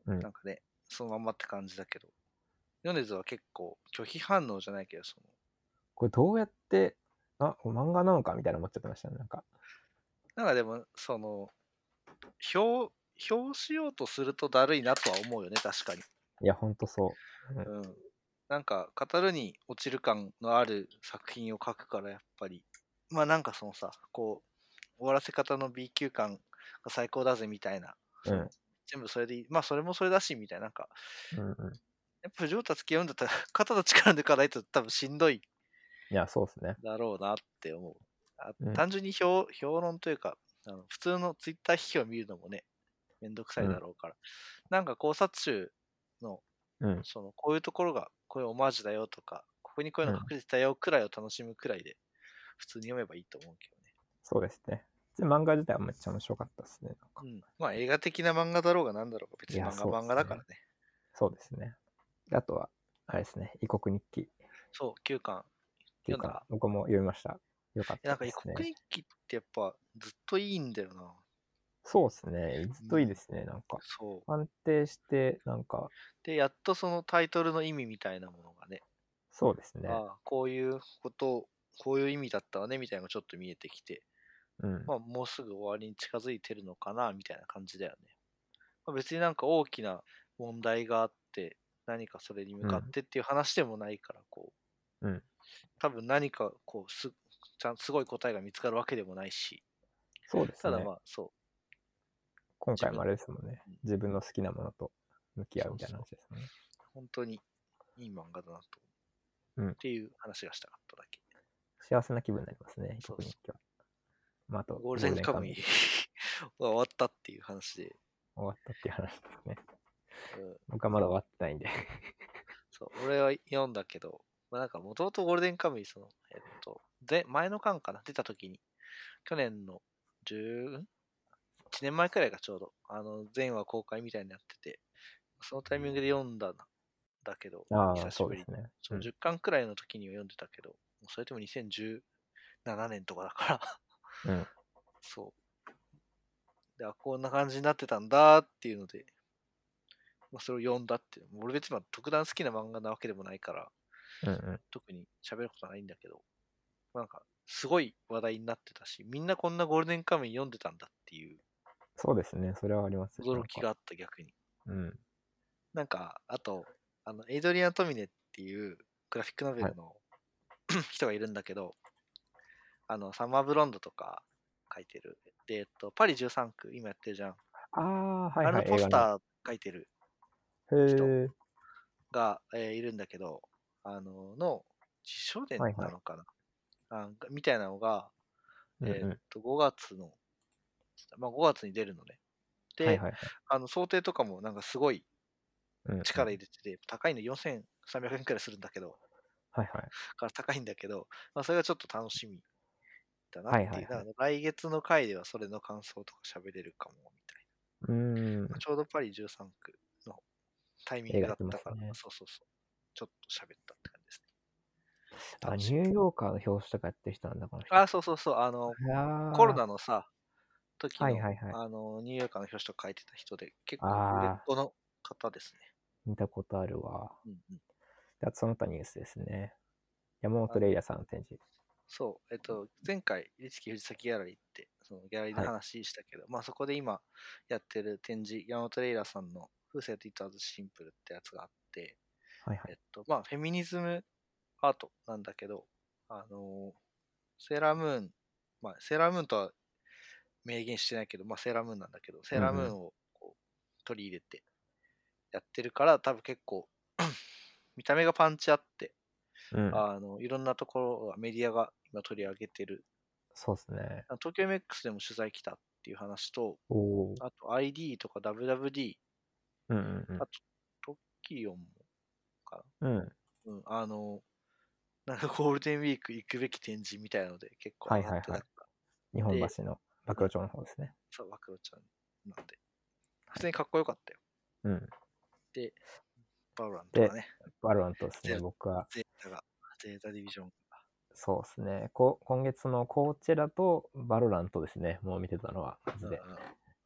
うん、 なんかね、そのまんまって感じだけど、米津は結構拒否反応じゃないけど、その、 これどうやって、あ、漫画なのかみたいな思っちゃってましたね、なんか。 なんかでも、その、表、表しようとするとだるいなとは思うよね、確かに。 いや、ほんとそう。 うん。うん、なんか、語るに落ちる感のある作品を書くから、やっぱり、まあなんかそのさ、こう、終わらせ方の B 級感が最高だぜみたいな、その、 うん、 全部それでいい。まあそれもそれだし、みたいな、なんか、 うん、うん。 やっぱ藤本つき合うんだったら、肩の力抜かないと多分しんどいいや、そうですね。 だろうなって思う。あうん、 単純に評評論というか、あの普通のツイッター批評を見るのもね、めんどくさいだろうから、なんか考察集の、 うん、 その、こういうところが、こういうオマージュだよとか、ここにこういううん。 の隠れてたよくらいを楽しむくらいで、普通に読めばいいと思うけどね。 そうですね。漫画自体はめっちゃ面白かったですね。なんかうん。まあ映画的な漫画だろうがなんだろうが、別いや、 に漫画漫そうですね。 画だからね。 そうですね。あとは、あれですね、異国日記っそう、きゅうかんていうか、 読んだ。 僕も読みました。よかっえなんか異たですね。 国日記ってやっぱずっといいんだよな。 そうですね。ずっといいでうん。 すね。なんか、 そう。 安定して、なんか、 で、やっとそのタイトルの意味みたいなものがね、 そうですね。 ああ、こういうことを、こういう意味だったわね、みたいなのがちょっと見えてきて、 うん。 まあ、もうすぐ終わりに近づいてるのかな、みたいな感じだよね。まあ、別になんか大きな問題があって、何かそれに向かっうん。 てっていう話でもないから、こう、 うん。 多分何かこうす、ちゃんすごい答えが見つかるわけでもないし、 そうですね。 ただまあ、そう、 今回もあ自分、 れですもんね。 うん、 自分の好きなものと向き合うみたいなそうそう、 話ですもんね。 本当にいい漫画だなと思う。 うん。 っていう話がしたかっただけ。 幸せな気分になりますね、異そうそ国日記は。まあ、あう。 と、 ゴールゴールデンカムイデンカムイ終わったっていう話で、 終わったっていう話ですね。 うん、 僕はまだ終わってないんで。 そう、俺は読んだけど、まあ、なんかもともとゴールデンカムイ、その、えっと、で、前の巻かな、出た時に、去年のじゅう、いちねんまえくらいがちょうど、あの、全話公開みたいになってて、そのタイミングで読んだんだけど、 ああ、 久しぶりに。 そうですね。 そう、 うん。 じゅっかんくらいの時には読んでたけど、もうそれでもにせんじゅうななねんとかだからうん。 そう。で、あ、こんな感じになってたんだっていうので、まあ、それを読んだっていう。俺別にまあ特段好きな漫画なわけでもないから、 うんうん。 特に喋ることはないんだけど、なんか、すごい話題になってたし、みんなこんなゴールデンカムイ読んでたんだっていうそうですね。それはありますね。なんか。 驚きがあった逆に。 うん。 なんか、あと、あの、エイドリアン・トミネっていうグラフィックノベはい。 ルの人がいるんだけど、あの、サマーブロンドとか書いてる。で、えっと、パリじゅうさん区、今やってるじゃん。 ああ、はいあれのはい、映画の。 ポスター書いてるへ人え。 が、えーいるんだけど、あの、の、自叙伝はいはい。 なのかなあみたいなのが、えーっうんうん。 と、ごがつの、まあごがつに出るのね。で、 はいはいはい。 あの、想定とかもなんかすごいうんうん。 力入れてて、高いのよんせんさんびゃくえんくえんくらいするんだけど、 はいはい。 から高いんだけど、まあ、それがちょっと楽しみだなっていう。だはいはいはい。 から来月の回ではそれの感想とか喋れるかも、みたいうーな。 ん。 ちょうどパリじゅうさん区のタイミング映画やってだったから、 ますね。 そうそうそう。ちょっと喋ったって感じですね。 あ、 楽しみ。 ニューヨーカーの表紙とかやってる人なんだ、この人。 あ、そうそうそう。あの、コロああ、 ナのさ、時の、 はいはいはい。 あの、ニューヨーカーの表紙とか書いてた人で、結構売れっああ、 子の方ですね。 見たことあるわ。 うんうん。 であとその他ニュースですね。山あの、 本レイヤさんの展示。 そう、えっと、前回、リチキ藤崎ギャラリーって、そのギャラリーのはい。 話したけど、まあそこで今やってる展示、山本レイラさんの Who Said It Was Simple ってやつがあって、 はいはい。 えっと、まあフェミニズムアートなんだけど、あの、セーラームーン、まあセーラームーンとは明言してないけど、まあセーラームーンなんだけど、セーラームーンをこう取り入れてやってるから、多分結構見た目がパンチあって、 うん。うん。 あの、いろんなところがメディアが今取り上げてるそうですね。 東京 エムエックス でも取材来たっていう話と、 おお。 あと アイディー とか ダブリューダブリューディー、 うんうんうん。 あとトキオンもかうん。 な。うん、あの、なんかゴールデンウィーク行くべき展示みたいなので結構上がっはいはいはい。 てたから。 日本で、 橋の暴うん、 露町の方ですね。 そう、暴露ちゃんなんで。普はい。 通にかっこよかったよ。 うん。 で、バロラントがで、 ね、 バロラントですね。 ゼ僕は、 ゼータが、ゼータディビジョンが。 そうですね。こ今月のコーチェラとバロラントですね。もう見てたのは、マジうんで。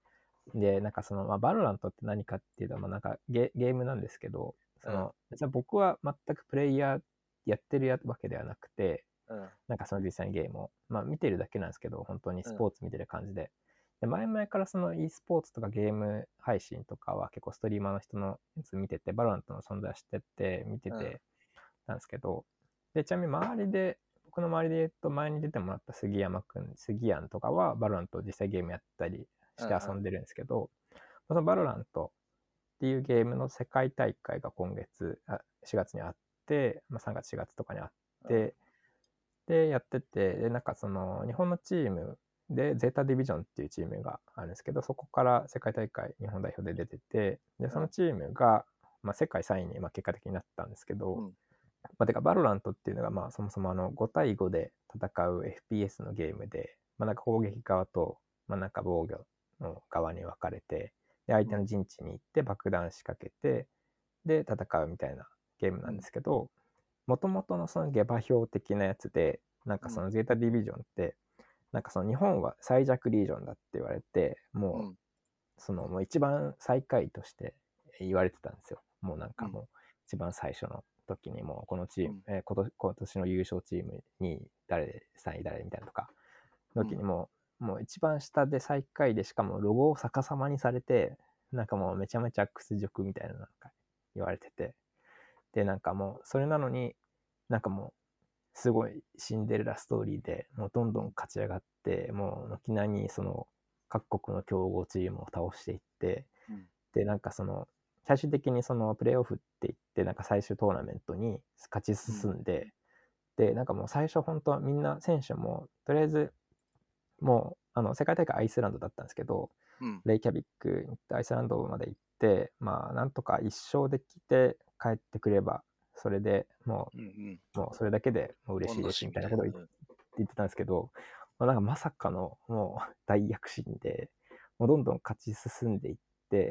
で、なんかその、まあ、バロラントって何かっていうと、まあ、なんかゲゲームなんですけど、その、別に僕は全くプレイヤーやってるわけではなくて、 うん。 なんかその実際にゲームを、まあ見てるだけなんですけど、本当にうん。 スポーツ見てる感じで。で、前々からその e スポーツとかゲーム配信とかは結構ストリーマーの人のやつ見てて、バロラントの存在を知ってて、見てうん。 てたんですけど、で、ちなみに周りで、僕の周りで言うと前に出てもらった杉山くん、杉谷とかはバロラントを実際ゲームやったりして遊んでるんですけど、そのバロラントっていうゲームの世界大会が今月、あしがつにあって、まあ、さんがつしがつとかにあって、で、やってて、で、なんかその、日本のチームで、ゼータディビジョンっていうチームがあるんですけど、そこから世界大会、日本代表で出てて、で、そのチームが、まあ、世界さんいに、まあ、結果的になったんですけど、 うん。 まあ、てか、バロラントっていうのが、まあ、そもそもあの、ご対ごで戦う エフピーエス のゲームで、まあ、なんか攻撃側と、まあ、なんか防御の側に分かれて、で、相手の陣地に行って爆弾仕掛けて、で、戦うみたいなゲームなんですけど、もともとのその下馬評的なやつで、なんかそのゼータディビジョンって、なんかその日本は最弱リージョンだって言われて、もう、そのもう一番最下位として言われてたんですよ。もうなんかもう一番最初の時にもうこのチーム、えー、今年今年の優勝チームに誰でさんい誰みたいなとか、時にもう、もう一番下で最下位でしかもロゴを逆さまにされて、なんかもうめちゃめちゃ屈辱みたいななんか言われてて、で、なんかもうそれなのに、なんかもうすごいシンデレラストーリーでもうどんどん勝ち上がって、もう軒並みその各国の強豪チームを倒していって、で、なんかその最終的にそのプレーオフって言って、なんか最終トーナメントに勝ち進んで、で、なんかもう最初本当みんな選手もとりあえずもうあの世界大会アイスランドだったんですけど、レイキャビックに行ってアイスランドまで行って、まあなんとか一勝できて帰ってくれば、それでもう、うんうん、もうそれだけでもう嬉しいですみたいなことを言ってたんですけど、まあ、なんかまさかのもう大躍進で、もうどんどん勝ち進んでいって、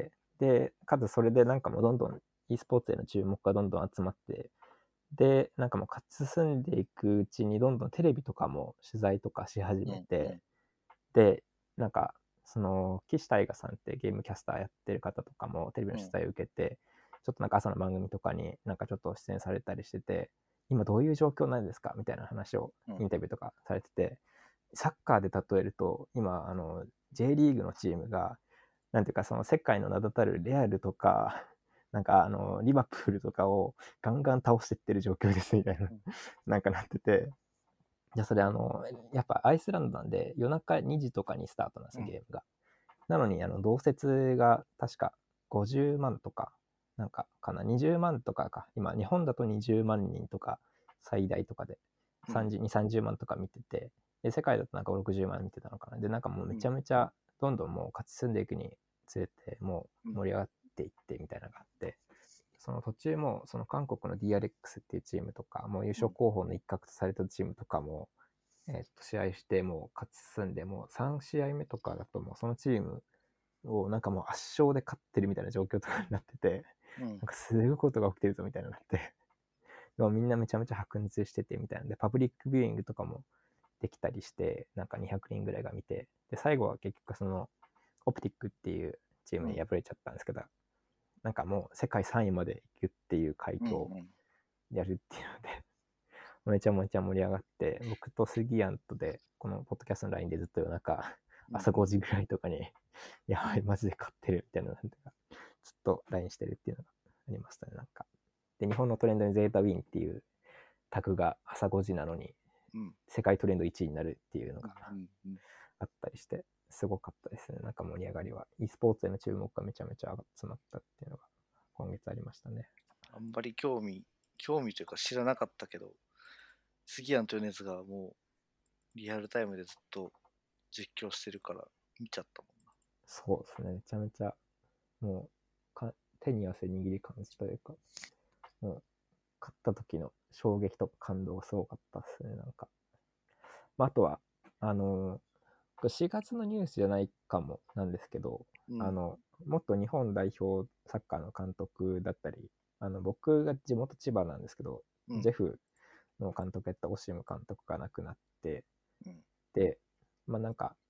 で、かつそれでなんかもうどんどん e スポーツへの注目がどんどん集まって、で、なんかもう勝ち進んでいくうちにどんどんテレビとかも取材とかし始めて、うんうん、で、なんか、その、岸大我さんってゲームキャスターやってる方とかもテレビの取材を受けて、うん、ちょっとなんか朝の番組とかになんかちょっと出演されたりしてて、今どういう状況なんですかみたいな話をインタビューとかされてて、うん、サッカーで例えると、今、あの、J リーグのチームが、なんていうかその世界の名だたるレアルとか、なんかあの、リバプールとかをガンガン倒してってる状況ですみたいな、なんかなってて、じゃあそれあの、やっぱアイスランドなんで夜中にじとかにスタートなんですよ、ゲームが。なのに、あの、同説が確かごじゅうまんとか、なんかかな、にじゅうまんとかか。今、日本だとにじゅうまんにんとか、最大とかで、さんじゅうに、さんじゅうまんとか見てて、で、世界だとなんかろくじゅうまん見てたのかな。で、なんかもうめちゃめちゃ、どんどんもう勝ち進んでいくにつれて、もう盛り上がっていってみたいなのがあって、その途中も、その韓国の ディーアールエックス っていうチームとか、もう優勝候補の一角とされたチームとかも、えー、と試合してもう勝ち進んで、もうさん試合目とかだともうそのチームをなんかもう圧勝で勝ってるみたいな状況とかになってて、うん、なんかすごいことが起きてるぞみたいになってでもみんなめちゃめちゃ白熱しててみたいなで、パブリックビューイングとかもできたりして、なんかにひゃくにんぐらいが見て、で最後は結局そのオプティックっていうチームに敗れちゃったんですけど、うん、なんかもう世界さんいまで行くっていう快挙をやるっていうので、うんうん、めちゃめちゃ盛り上がって、僕と杉谷とでこのポッドキャストの ライン でずっと夜中朝ごじぐらいとかに、やばい、マジで勝ってるみたいな、なんていうか、ずっと ライン してるっていうのがありましたね、なんか。で、日本のトレンドにゼータウィンっていうタグが朝ごじなのに、世界トレンドいちいになるっていうのがあったりして、すごかったですね。なんか盛り上がりは。e スポーツへの注目がめちゃめちゃ集まったっていうのが今月ありましたね。 あんまり興味、興味というか知らなかったけど、杉谷というやつがもうリアルタイムでずっと実況してるから見ちゃったもんな。 そうですね。めちゃめちゃ、もうか手に汗握り感じというか、もう勝った時の衝撃とか感動がすごかったですね、なんか。まあ、あとは、あのー、しがつのニュースじゃないかもなんですけど、うん、あの、元日本代表サッカーの監督だったり、あの、僕が地元千葉なんですけど、うん、ジェフの監督やったオシム監督が亡くなって、うん、で、まあなんか、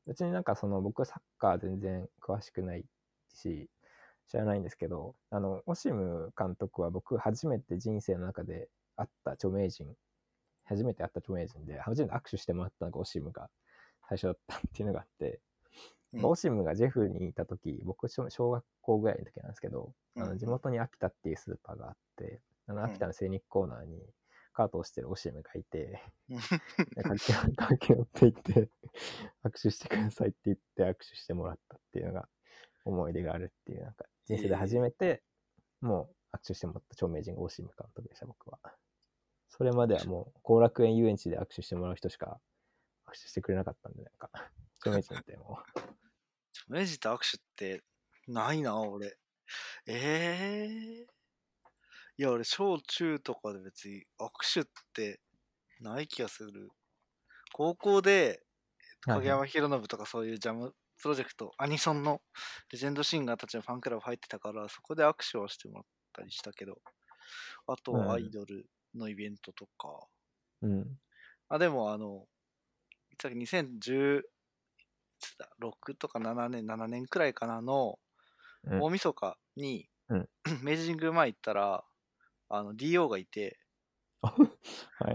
別になんかその僕サッカー全然詳しくないし、知らないんですけど、あの、オシム監督は僕初めて人生の中で会った著名人、初めて会った著名人で、初めて握手してもらったのがオシムが最初だったっていうのがあって、うん、オシムがジェフにいた時、僕小学校ぐらいの時なんですけど、あの地元に秋田っていうスーパーがあって、あの秋田の精肉コーナーにカートをしてるオシムがいて、駆け駆け寄っていって握手してくださいって言って握手してもらったっていうのが思い出があるっていう、なんか人生で初めてもう握手してもらった著名人がオシム監督でした、僕は。それまではもう後楽園遊園地で握手してもらう人しか握手してくれなかったんで、なんか著名人ってもう著名人と握手ってないな、俺。ええー、いや、俺、小中とかで別に握手ってない気がする。高校で、影山博信とかそういうジャムプロジェクト、アニソンのレジェンドシンガーたちのファンクラブ入ってたから、そこで握手をしてもらったりしたけど、あとはアイドルのイベントとか。 うん。 あ、でもあの、さっきにせんじゅうろくとかななねん、ななねんくらいかなの、大晦日に、うん、明治神宮前行ったら、あの ディーオー がいて、 はい、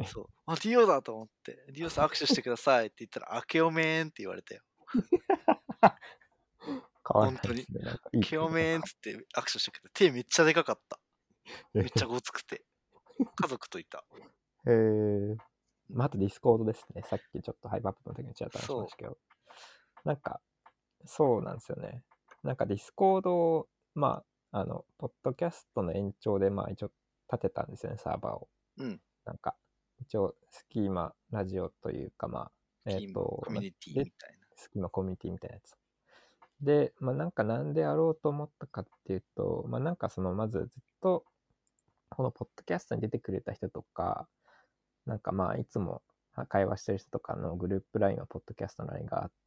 そう、あ、ディーオー だと思って、ディーオー さん握手してくださいって言ったら、あけおめーんって言われたよ。本当に。あけおめーんっつって握手してくれて、手めっちゃでかかった。めっちゃごつくて。家族といた。 へえ。まあ、あとディスコードですね。さっきちょっとハイパーアップの時にちらっと話しましたけど。なんか、そうなんですよね。なんかディスコード、まあ、あの、ポッドキャストの延長で、まあ一応立てたんですよね、サーバーを。 うん。 なんか、一応、スキーマラジオというか、まあ、えっ、ー、と、 コミュニティみたいな。 スキーマコミュニティみたいなやつ。で、まあなんかなんでやろうと思ったかっていうと、まあなんかその、まずずっと、このポッドキャストに出てくれた人とか、なんかまあいつも会話してる人とかのグループラインのポッドキャストのラインがあって、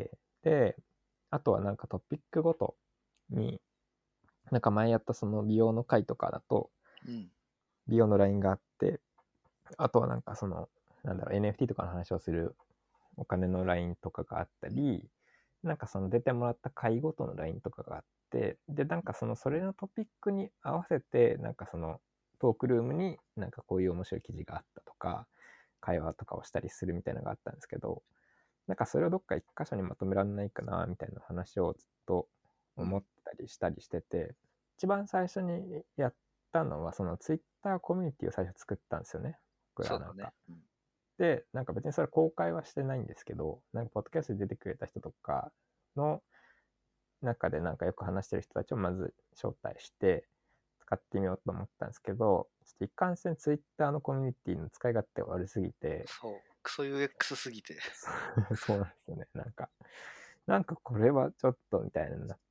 で、あとはなんかトピックごとに、なんか前やったその美容の回とかだと、美容のラインがあって、あとはなんかその、なんだろう、エヌエフティー とかの話をするお金のラインとかがあったり、なんかその出てもらった回ごとのラインとかがあって、で、なんかそのそれのトピックに合わせて、なんかそのトークルームになんかこういう面白い記事があったとか、会話とかをしたりするみたいなのがあったんですけど、なんかそれをどっか一箇所にまとめられないかな、みたいな話をずっと思ったりしたりしてて、うん、一番最初にやったのは、そのツイッターコミュニティを最初作ったんですよね。僕らなんか。ね、うん、で、なんか別にそれ公開はしてないんですけど、なんかポッドキャストで出てくれた人とかの中でなんかよく話してる人たちをまず招待して使ってみようと思ったんですけど、ちょっと一貫性ツイッターのコミュニティの使い勝手が悪すぎて、 そう、クソ ユーエックス すぎて。 そうなんですよね。なんか、なんかこれはちょっとみたいになって、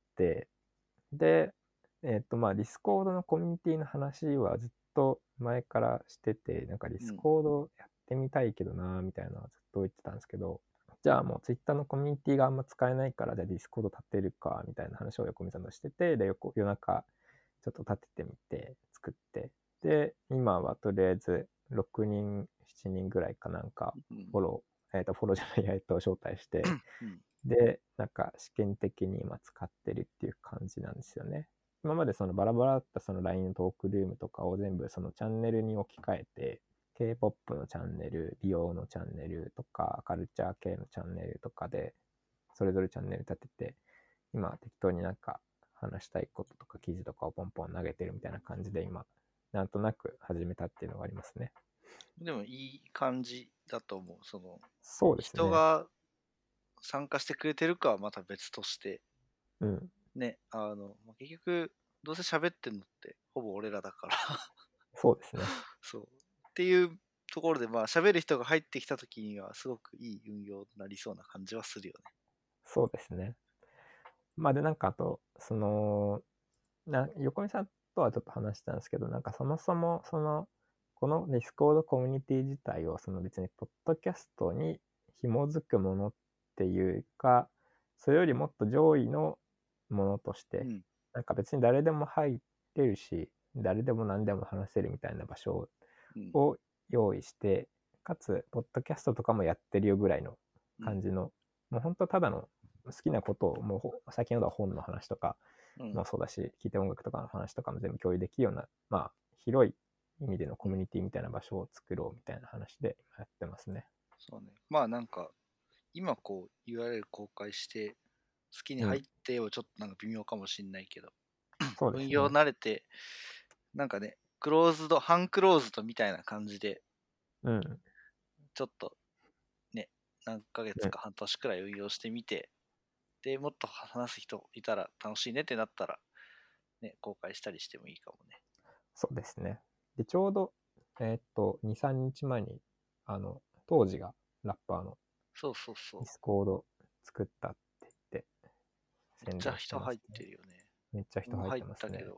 で、えっ、ー、とまあディスコードのコミュニティの話はずっと前からしてて、なんかディスコードやってみたいけどなみたいなのはずっと言ってたんですけど、じゃあもうツイッターのコミュニティがあんま使えないから、じゃあディスコード立てるかみたいな話を横見さんとしてて、で、夜中ちょっと立ててみて、作って、で、今はとりあえずろくにん、しちにんぐらいかなんかフォロー、えっ、ー、と、フォローじゃない、えっと、招待して、で、なんか試験的に今使ってるっていう感じなんですよね。今までそのバラバラだったその ライン のトークルームとかを全部そのチャンネルに置き換えて、K-ポップ のチャンネル、美容のチャンネルとか、カルチャー系のチャンネルとかで、それぞれチャンネル立てて、今適当になんか話したいこととか記事とかをポンポン投げてるみたいな感じで今、なんとなく始めたっていうのがありますね。 でもいい感じだと思う。その、 そうですね。 人が参加してくれてるかはまた別として、 うん、 ね、あの、結局、どうせ喋ってんのってほぼ俺らだからそうですね。 そう。っていうところで、まあ、喋る人が入ってきたときには、すごくいい運用になりそうな感じはするよね。 そうですね。まあ、で、なんかあと、その、な横見さんとはちょっと話したんですけど、なんかそもそも、その、このディスコードコミュニティ自体を、その別に、ポッドキャストに紐づくものっていうか、それよりもっと上位のものとして、うん、なんか別に誰でも入れるし、誰でも何でも話せるみたいな場所を用意して、うん、かつ、ポッドキャストとかもやってるよぐらいの感じのもう本当ただの好きなことを、もう最近の本の話とかもそうだし、うん、聴いて音楽とかの話とかも全部共有できるような、まあ、広い意味でのコミュニティみたいな場所を作ろうみたいな話でやってますね。 そうね。まあなんか、今こう ユーアールエル 公開して好きに入ってをちょっとなんか微妙かもしれないけど、 そうですね、 運用慣れて、なんかね、クローズド、半クローズドみたいな感じで、 うん、 ちょっとね、何ヶ月か半年くらい運用してみて、うん、でもっと話す人いたら楽しいねってなったら、ね、公開したりしてもいいかもね。 そうですね。で、ちょうど、えー、っと、に、さんにちまえに、あの、当時がラッパーの、 そうそうそう。 ディスコード作ったって言って、 めっちゃ人入ってるよね。 めっちゃ人入ってますね。 けど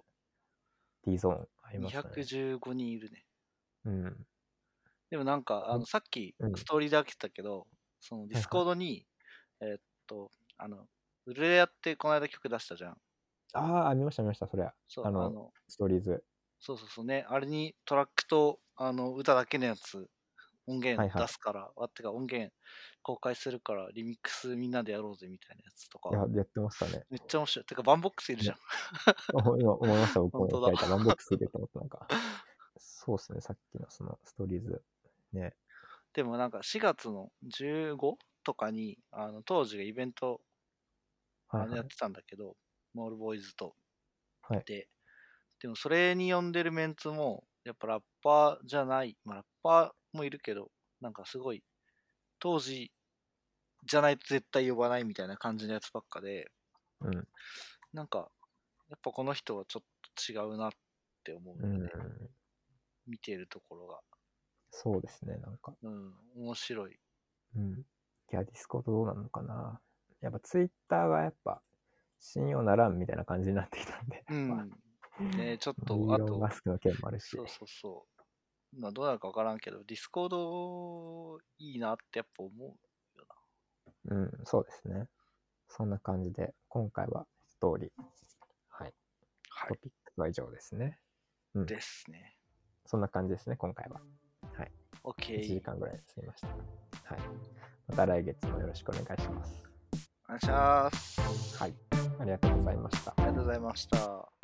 T ゾーンありますね。 にひゃくじゅうごにんいるね。 うん。 でもなんか、あの、さっきストーリーで開けてたけど、うん、そのディスコードに、はいはい、えー、っと、あの、ウルレアってこの間曲出したじゃん。 ああ、見ました見ました、それは。あの、あのストーリーズ。 そうそうそうね。あれにトラックとあの歌だけのやつ、音源出すから、はいはい、あってか音源公開するから、リミックスみんなでやろうぜみたいなやつとか。 いや、やってましたね。 めっちゃ面白い。てか、バンボックスいるじゃん。 今思いました、僕も。バンボックスいると思って、なんか。そうですね、さっきのそのストーリーズ。ね。 でもなんかしがつのじゅうごとかに、あの当時がイベント、はいはい、あのやってたんだけど、モールボーイズと。 はい、 で、でもそれに呼んでるメンツも、やっぱラッパーじゃない、まあラッパーもいるけど、なんかすごい、当時じゃないと絶対呼ばないみたいな感じのやつばっかで、 うん、 なんか、やっぱこの人はちょっと違うなって思うよね。うん、見てるところが。 そうですね、なんか。 うん、面白い。 うん。いや、ディスコードどうなのかな。やっぱツイッターがやっぱ信用ならんみたいな感じになってきたんで。 うん。ね、ちょっと、 イーロンマスクの件もあるし。 そうそうそう。まあどうなるか分からんけど、ディスコードいいなってやっぱ思うよな。うん、そうですね。そんな感じで、今回はストーリー。はい。はい、トピックスは以上ですね。 うん。ですね。 そんな感じですね、今回は。はい。 OK。 いちじかんぐらい過ぎました。はい。また来月もよろしくお願いします。 お願いします。 はい。ありがとうございました。 ありがとうございました。